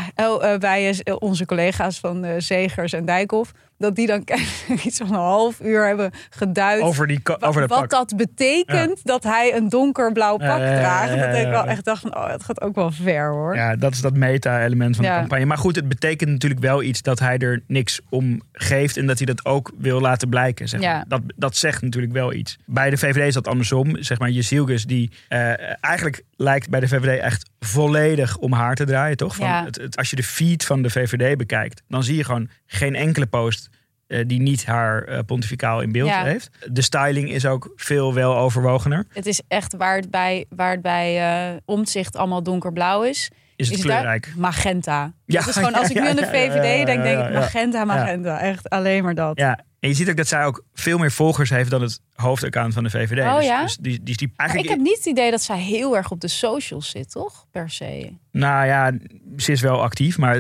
bij onze collega's van Zegers en Dijkhoff, dat die dan iets van een half uur hebben geduid over dat pak. Dat betekent dat hij een donkerblauw pak draagt. Dat ik wel echt dacht van, het gaat ook wel ver hoor. Ja, dat is dat meta-element van de campagne. Maar goed, het betekent natuurlijk wel iets dat hij er niks om geeft en dat hij dat ook wil laten blijken. Zeg maar. Dat zegt natuurlijk wel iets. Bij de VVD is dat andersom. Zeg maar, Jezilgus die eigenlijk lijkt bij de VVD echt volledig om haar te draaien, toch? Als je de feed van de VVD bekijkt, dan zie je gewoon geen enkele post die niet haar pontificaal in beeld heeft. De styling is ook veel wel overwogener. Het is echt waar het bij Omtzigt allemaal donkerblauw is. Is het kleurrijk? Magenta. Ja, dat is gewoon, als ik nu aan de VVD denk ik magenta. Ja. Echt alleen maar dat. Ja. En je ziet ook dat zij ook veel meer volgers heeft dan het hoofdaccount van de VVD. Dus die eigenlijk... Ik heb niet het idee dat zij heel erg op de socials zit, toch? Per se. Nou ja, ze is wel actief. Maar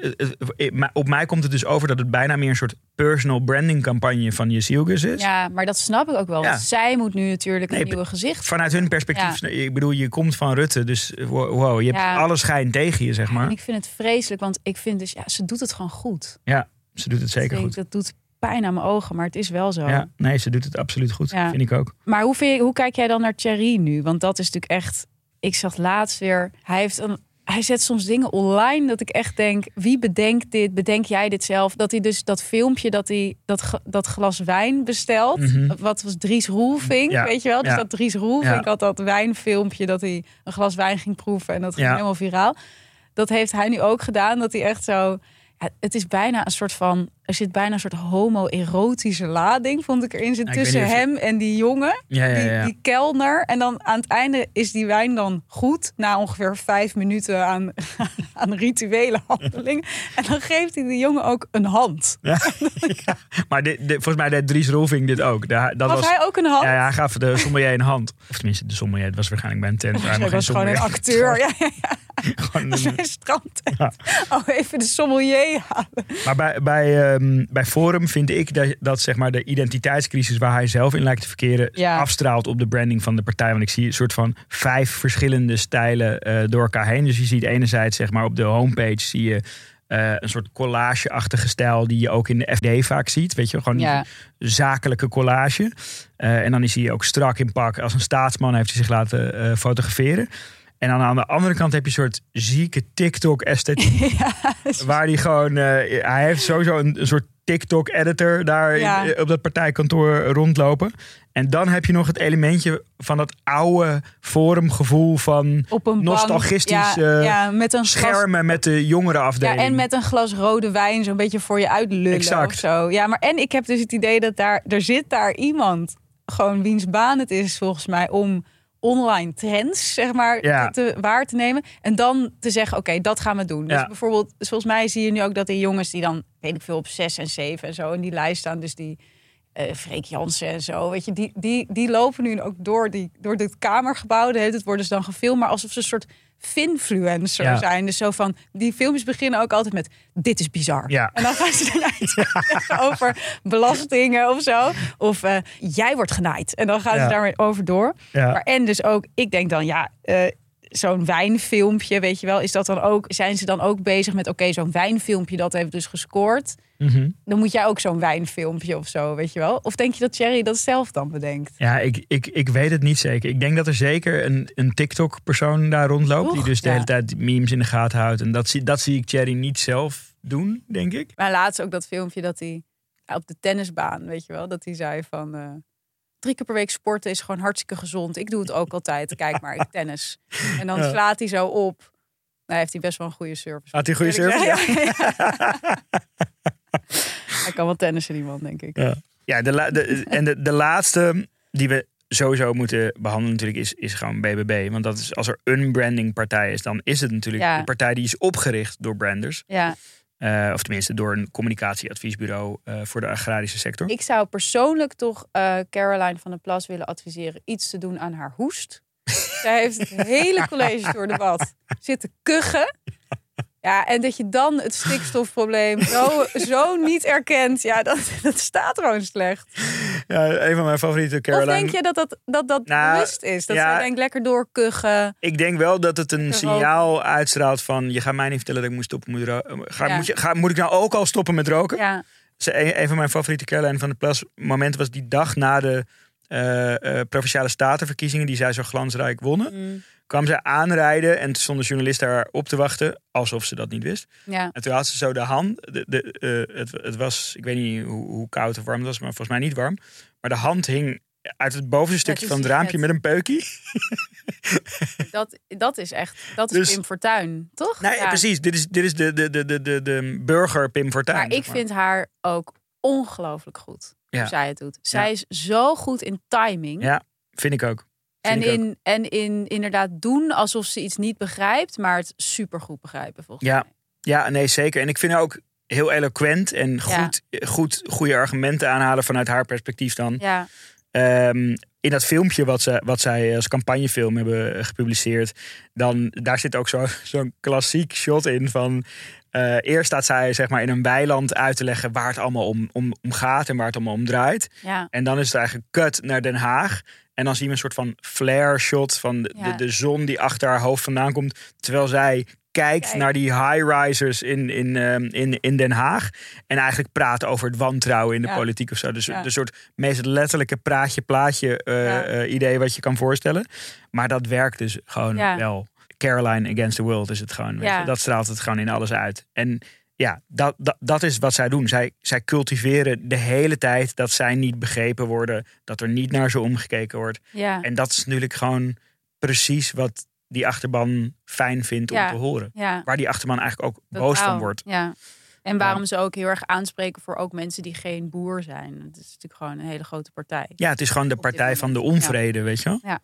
op mij komt het dus over dat het bijna meer een soort personal branding campagne van Jezilgus is. Ja, maar dat snap ik ook wel. Want zij moet nu natuurlijk een nieuwe gezicht. Vanuit hun perspectief. Ik bedoel, je komt van Rutte. Dus wow, je hebt alle schijn tegen je, zeg maar. En ik vind het vreselijk, want ik vind dus, ze doet het gewoon goed. Ja, ze doet het zeker goed. Dat doet pijn aan mijn ogen, maar het is wel zo. Ja, nee, ze doet het absoluut goed. Ja. Vind ik ook. Maar hoe kijk jij dan naar Thierry nu? Want dat is natuurlijk echt... Ik zag laatst weer... Hij zet soms dingen online dat ik echt denk... Wie bedenkt dit? Bedenk jij dit zelf? Dat hij dus dat filmpje dat hij dat glas wijn bestelt. Mm-hmm. Wat was Dries Roelvink, weet je wel? Dus dat Dries Roelvink had dat wijnfilmpje... dat hij een glas wijn ging proeven en dat ging helemaal viraal. Dat heeft hij nu ook gedaan, dat hij echt zo... het is bijna een soort van... Er zit bijna een soort homo-erotische lading, vond ik erin zit tussen hem en die jongen. Die kelner. En dan aan het einde is die wijn dan goed. Na ongeveer 5 minuten aan rituele handeling. En dan geeft hij de jongen ook een hand. Ja. Maar volgens mij deed Dries Roelvink dit ook. Was hij ook een hand? Ja, hij gaf de sommelier een hand. Of tenminste, de sommelier. Het was waarschijnlijk bij een tent. Hij was gewoon een acteur. Ja. Gewoon zijn strandtent. Ja. Even de sommelier halen. Maar bij Forum vind ik dat zeg maar de identiteitscrisis waar hij zelf in lijkt te verkeren afstraalt op de branding van de partij. Want ik zie een soort van 5 verschillende stijlen door elkaar heen. Dus je ziet enerzijds zeg maar op de homepage zie je een soort collage-achtige stijl die je ook in de FD vaak ziet. Weet je, gewoon die zakelijke collage. En dan zie je ook strak in pak. Als een staatsman heeft hij zich laten fotograferen. En dan aan de andere kant heb je een soort zieke TikTok-esthetiek. Waar hij gewoon... hij heeft sowieso een soort TikTok-editor daar op dat partijkantoor rondlopen. En dan heb je nog het elementje van dat oude forumgevoel van nostalgistisch met een schermen met de jongere afdeling. Ja, en met een glas rode wijn zo'n beetje voor je uitlullen of zo. Ja, maar en ik heb dus het idee dat er zit daar iemand, gewoon wiens baan het is volgens mij, om online trends, zeg maar, waar te nemen. En dan te zeggen, oké, dat gaan we doen. Dus bijvoorbeeld, volgens mij zie je nu ook dat die jongens die dan, weet ik veel, op 6 en 7 en zo in die lijst staan. Dus die Freek Jansen en zo, weet je, die lopen nu ook door dit kamergebouw. Het worden ze dan gefilmd, maar alsof ze een soort finfluencer zijn. Dus zo van, die filmpjes beginnen ook altijd met, dit is bizar. Ja. En dan gaan ze daarna over belastingen of zo. Of jij wordt genaaid. En dan gaan ze daarmee over door. Ja. Maar en dus ook, ik denk dan, zo'n wijnfilmpje, weet je wel, is dat dan ook? Zijn ze dan ook bezig met zo'n wijnfilmpje dat heeft dus gescoord? Mm-hmm. Dan moet jij ook zo'n wijnfilmpje of zo, weet je wel? Of denk je dat Thierry dat zelf dan bedenkt? Ja, ik weet het niet zeker. Ik denk dat er zeker een TikTok-persoon daar rondloopt... die dus de hele tijd memes in de gaten houdt. En dat zie ik Thierry niet zelf doen, denk ik. Maar laatst ook dat filmpje dat hij op de tennisbaan, weet je wel... dat hij zei van... 3 keer per week sporten is gewoon hartstikke gezond. Ik doe het ook altijd. Kijk maar, ik tennis. En dan slaat hij zo op. Nou, heeft hij best wel een goede service. Had hij een goede service? Ja. Hij kan wel tennissen, die man, denk ik. Ja, de laatste die we sowieso moeten behandelen natuurlijk is gewoon BBB. Want dat is, als er een brandingpartij is, dan is het natuurlijk de partij die is opgericht door branders. Ja. Of tenminste door een communicatieadviesbureau voor de agrarische sector. Ik zou persoonlijk toch Caroline van der Plas willen adviseren iets te doen aan haar hoest. Zij heeft het hele college door debat zitten kuchen. Ja, en dat je dan het stikstofprobleem zo niet erkent. Ja, dat staat gewoon slecht. Ja, een van mijn favoriete Caroline. Of denk je dat bewust is? Dat ze denkt lekker doorkuchen. Ik denk wel dat het een signaal uitstraalt van... je gaat mij niet vertellen dat ik moet stoppen met roken. Moet ik nou ook al stoppen met roken? Ja. Een van mijn favoriete Caroline van der Plas momenten was die dag na de Provinciale Statenverkiezingen... die zij zo glansrijk wonnen. Kwam zij aanrijden en toen stonden journalisten haar op te wachten... alsof ze dat niet wist. Ja. En toen had ze zo de hand... Het was, ik weet niet hoe koud of warm het was... maar volgens mij niet warm. Maar de hand hing uit het bovenste stukje van het raampje met een peukie. Dat is dus, Pim Fortuyn, toch? Nee, precies. Dit is de burger Pim Fortuyn. Maar ik vind haar ook ongelooflijk goed. Hoe zij het doet. Zij is zo goed in timing. Ja, vind ik ook. En in inderdaad doen alsof ze iets niet begrijpt, maar het supergoed begrijpen volgens mij. Ja, nee, zeker. En ik vind haar ook heel eloquent en goede argumenten aanhalen vanuit haar perspectief dan. Ja. In dat filmpje wat zij als campagnefilm hebben gepubliceerd, daar zit ook zo'n klassiek shot in van... eerst staat zij zeg maar in een weiland uit te leggen waar het allemaal om gaat en waar het allemaal om draait. Ja. En dan is het eigenlijk cut naar Den Haag. En dan zien we een soort van flare shot van de zon die achter haar hoofd vandaan komt. Terwijl zij kijkt naar die high-risers in Den Haag. En eigenlijk praat over het wantrouwen in de politiek of zo. Dus de soort meest letterlijke praatje-plaatje idee wat je kan voorstellen. Maar dat werkt dus gewoon wel. Caroline against the world is het gewoon. Weet je? Dat straalt het gewoon in alles uit. En ja, dat is wat zij doen. Zij cultiveren de hele tijd dat zij niet begrepen worden. Dat er niet naar ze omgekeken wordt. Ja. En dat is natuurlijk gewoon precies wat die achterban fijn vindt om te horen. Ja. Waar die achterban eigenlijk ook boos van wordt. Ja. En waarom ze ook heel erg aanspreken voor ook mensen die geen boer zijn. Het is natuurlijk gewoon een hele grote partij. Ja, het is gewoon de partij van de onvrede, weet je wel? Ja.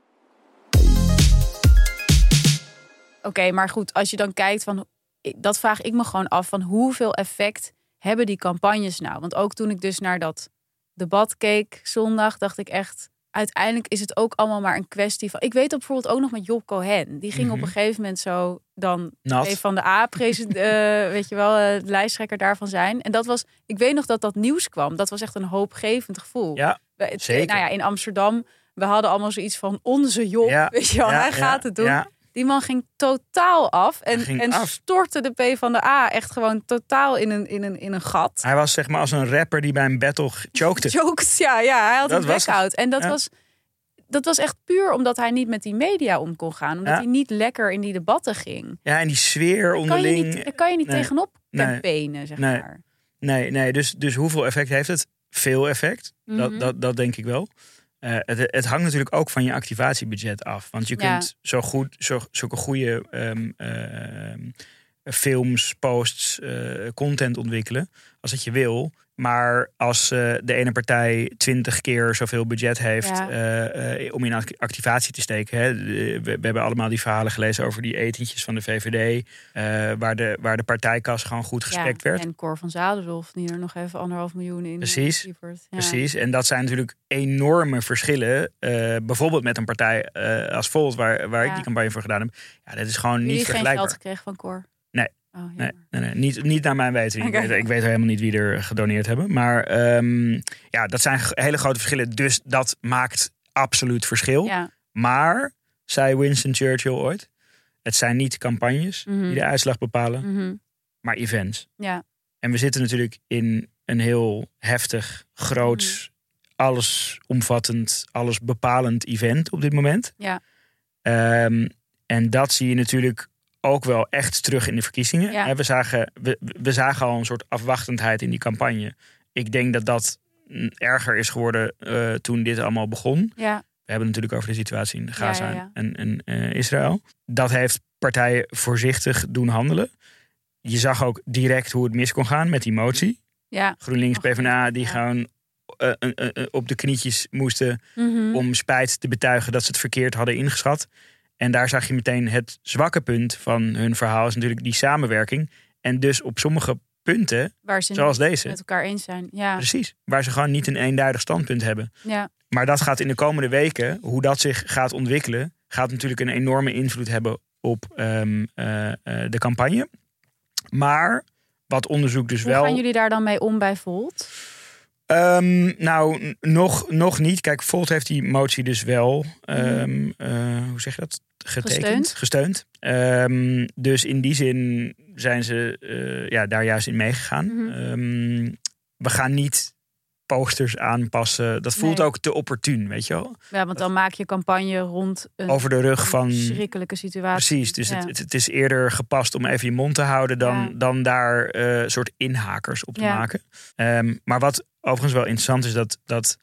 Oké, maar goed, als je dan kijkt van... Dat vraag ik me gewoon af van hoeveel effect hebben die campagnes nou? Want ook toen ik dus naar dat debat keek zondag, dacht ik echt... Uiteindelijk is het ook allemaal maar een kwestie van... Ik weet dat bijvoorbeeld ook nog met Job Cohen. Die ging op een gegeven moment zo dan van de A weet je wel, de lijsttrekker daarvan zijn. En dat was, ik weet nog dat nieuws kwam. Dat was echt een hoopgevend gevoel. Ja, zeker. Nou ja, in Amsterdam, we hadden allemaal zoiets van onze Job. Ja, weet je wel, hij gaat het doen. Ja. Die man ging totaal af en stortte de PvdA echt gewoon totaal in een gat. Hij was zeg maar als een rapper die bij een battle chokte. Hij had een blackout. En dat was echt puur omdat hij niet met die media om kon gaan. Omdat hij niet lekker in die debatten ging. Ja, en die sfeer onderling. Daar kan je niet tegenop campaignen, zeg maar. Nee, dus hoeveel effect heeft het? Veel effect, dat denk ik wel. Het hangt natuurlijk ook van je activatiebudget af. Want je kunt zulke goede films, posts, content ontwikkelen als dat je wil. Maar als de ene partij 20 keer zoveel budget heeft om in activatie te steken. Hè. We hebben allemaal die verhalen gelezen over die etentjes van de VVD. Waar de partijkas gewoon goed gespekt werd. En Cor van Zadenhoff die er nog even 1,5 miljoen in. Precies. En dat zijn natuurlijk enorme verschillen. Bijvoorbeeld met een partij als Volt, waar ik die campagne voor gedaan heb. Ja, dat is gewoon niet vergelijkbaar. Geen geld gekregen van Cor? Nee. Oh, nee. Niet naar mijn weten. Okay. Ik weet helemaal niet wie er gedoneerd hebben. Maar dat zijn hele grote verschillen. Dus dat maakt absoluut verschil. Ja. Maar zei Winston Churchill ooit. Het zijn niet campagnes die de uitslag bepalen, maar events. Ja. En we zitten natuurlijk in een heel heftig, groots, allesomvattend, allesbepalend event op dit moment. Ja. En dat zie je natuurlijk ook wel echt terug in de verkiezingen. Ja. We zagen al een soort afwachtendheid in die campagne. Ik denk dat dat erger is geworden toen dit allemaal begon. Ja. We hebben het natuurlijk over de situatie in Gaza Ja. en Israël. Dat heeft partijen voorzichtig doen handelen. Je zag ook direct hoe het mis kon gaan met die motie. Ja. GroenLinks, PvdA, die gewoon op de knietjes moesten om spijt te betuigen dat ze het verkeerd hadden ingeschat. En daar zag je meteen het zwakke punt van hun verhaal is natuurlijk die samenwerking. En dus op sommige punten, Waar ze zoals niet deze, met elkaar eens zijn. Ja. precies, waar ze gewoon niet een eenduidig standpunt hebben. Ja. Maar dat gaat in de komende weken, hoe dat zich gaat ontwikkelen, gaat natuurlijk een enorme invloed hebben op de campagne. Maar wat onderzoek dus Hoe gaan jullie daar dan mee om bij Volt? Nou, nog niet. Kijk, Volt heeft die motie dus wel, hoe zeg je dat? Gesteund. Dus in die zin zijn ze daar juist in meegegaan. We gaan niet posters aanpassen. Dat voelt ook te opportun, weet je wel? Ja, want dan maak je campagne rond een over de rug van verschrikkelijke situatie. Precies, dus het is eerder gepast om even je mond te houden dan daar soort inhakers op te maken. Maar wat overigens wel interessant is, dat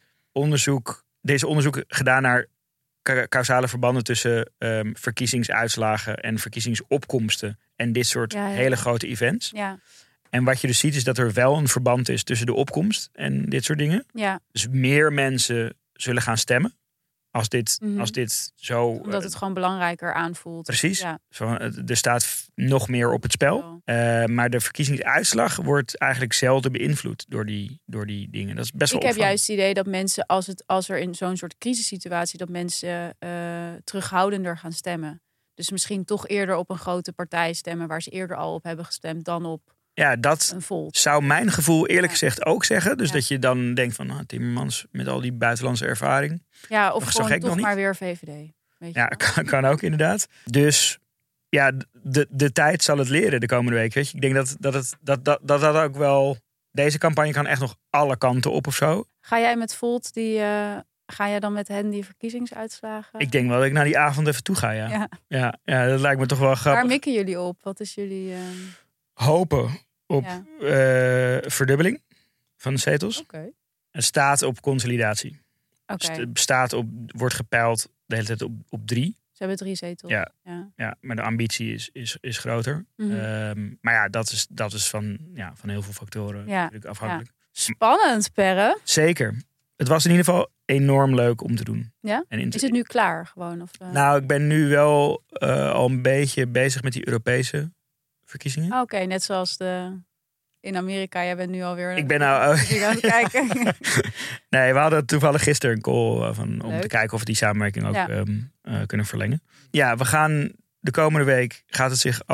deze onderzoek gedaan naar causale verbanden tussen verkiezingsuitslagen en verkiezingsopkomsten en dit soort hele grote events. Ja. En wat je dus ziet is dat er wel een verband is tussen de opkomst en dit soort dingen. Ja. Dus meer mensen zullen gaan stemmen als dit zo... Omdat het gewoon belangrijker aanvoelt. Precies. Ja. Er staat nog meer op het spel. Maar de verkiezingsuitslag wordt eigenlijk zelden beïnvloed door die dingen. Dat is best wel Ik heb juist het idee dat mensen, als er in zo'n soort crisissituatie, dat mensen terughoudender gaan stemmen. Dus misschien toch eerder op een grote partij stemmen waar ze eerder al op hebben gestemd dan op... Ja, dat zou mijn gevoel eerlijk gezegd ook zeggen. Dus dat je dan denkt van Timmermans met al die buitenlandse ervaring. Ja, of gewoon toch maar weer VVD. Weet je kan ook inderdaad. Dus ja, de tijd zal het leren de komende week. Weet je? Ik denk dat ook wel... Deze campagne kan echt nog alle kanten op of zo. Ga jij met Volt ga jij dan met hen die verkiezingsuitslagen? Ik denk wel dat ik naar die avond even toe ga, ja, dat lijkt me toch wel grappig. Waar mikken jullie op? Wat is jullie... Hopen op verdubbeling van de zetels. Okay. Het staat op consolidatie. Okay. Wordt gepeild de hele tijd op 3. Ze hebben 3 zetels. Ja, maar de ambitie is groter. Maar ja, dat is van heel veel factoren natuurlijk afhankelijk. Ja. Spannend, Perre. Zeker. Het was in ieder geval enorm leuk om te doen. Ja? Is het nu klaar gewoon? Of, Nou, ik ben nu wel al een beetje bezig met die Europese verkiezingen. Oké, net zoals in Amerika. Jij bent nu alweer ik ben nou aan het kijken. Nee, we hadden toevallig gisteren een call om te kijken of we die samenwerking ook kunnen verlengen. Ja, we gaan de komende week gaat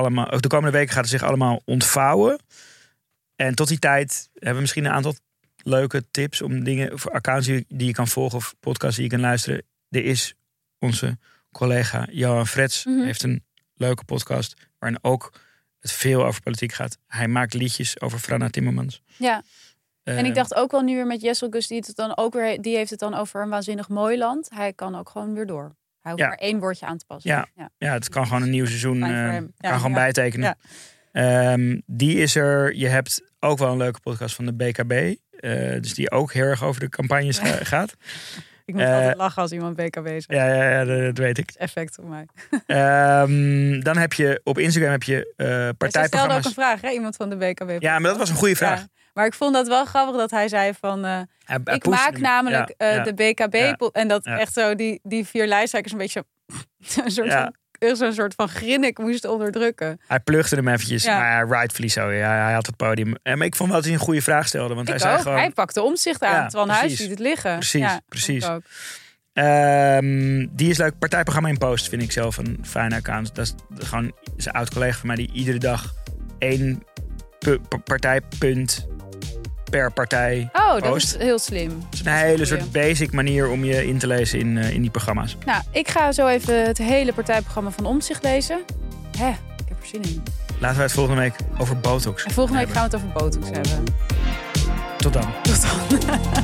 het zich allemaal ontvouwen. En tot die tijd hebben we misschien een aantal leuke tips om dingen voor accounts die je kan volgen of podcasts die je kan luisteren. Er is onze collega Johan Frets heeft een leuke podcast waarin ook het veel over politiek gaat. Hij maakt liedjes over Franna Timmermans. Ja. En ik dacht ook wel nu weer met Jessel Gus, die heeft het dan over een waanzinnig mooi land. Hij kan ook gewoon weer door. Hij hoeft maar 1 woordje aan te passen. Ja, het kan gewoon een nieuw seizoen kan gewoon bijtekenen. Ja. Die is er. Je hebt ook wel een leuke podcast van de BKB. Dus die ook heel erg over de campagnes gaat. Ik moet altijd lachen als iemand BKB zegt. Ja, dat weet ik. Effect op mij. Dan heb je op Instagram partijprogramma's. Hij stelde ook een vraag, hè? Iemand van de BKB. Ja, maar dat was een goede vraag. Ja. Maar ik vond dat wel grappig dat hij zei van... ik maak namelijk de BKB... Ja. En dat echt zo, die 4 lijsttrekkers een beetje zo'n soort van grinnik moest onderdrukken. Hij plugde hem eventjes, maar rightfully zo. Ja, hij had het podium. Maar ik vond wel dat hij een goede vraag stelde. Want hij zei gewoon... Hij pakte omzicht aan, terwijl Huis ziet het liggen. Precies. Die is leuk. Partijprogramma in Post vind ik zelf een fijne account. Dat is gewoon een oud collega van mij die iedere dag 1 partijpunt per partij Oh, dat post. is heel slim. Het is een hele soort basic manier om je in te lezen in die programma's. Nou, ik ga zo even het hele partijprogramma van Omtzigt lezen. Ik heb er zin in. Laten we het volgende week over botox En volgende week hebben. gaan we het over botox hebben. Tot dan. Tot dan.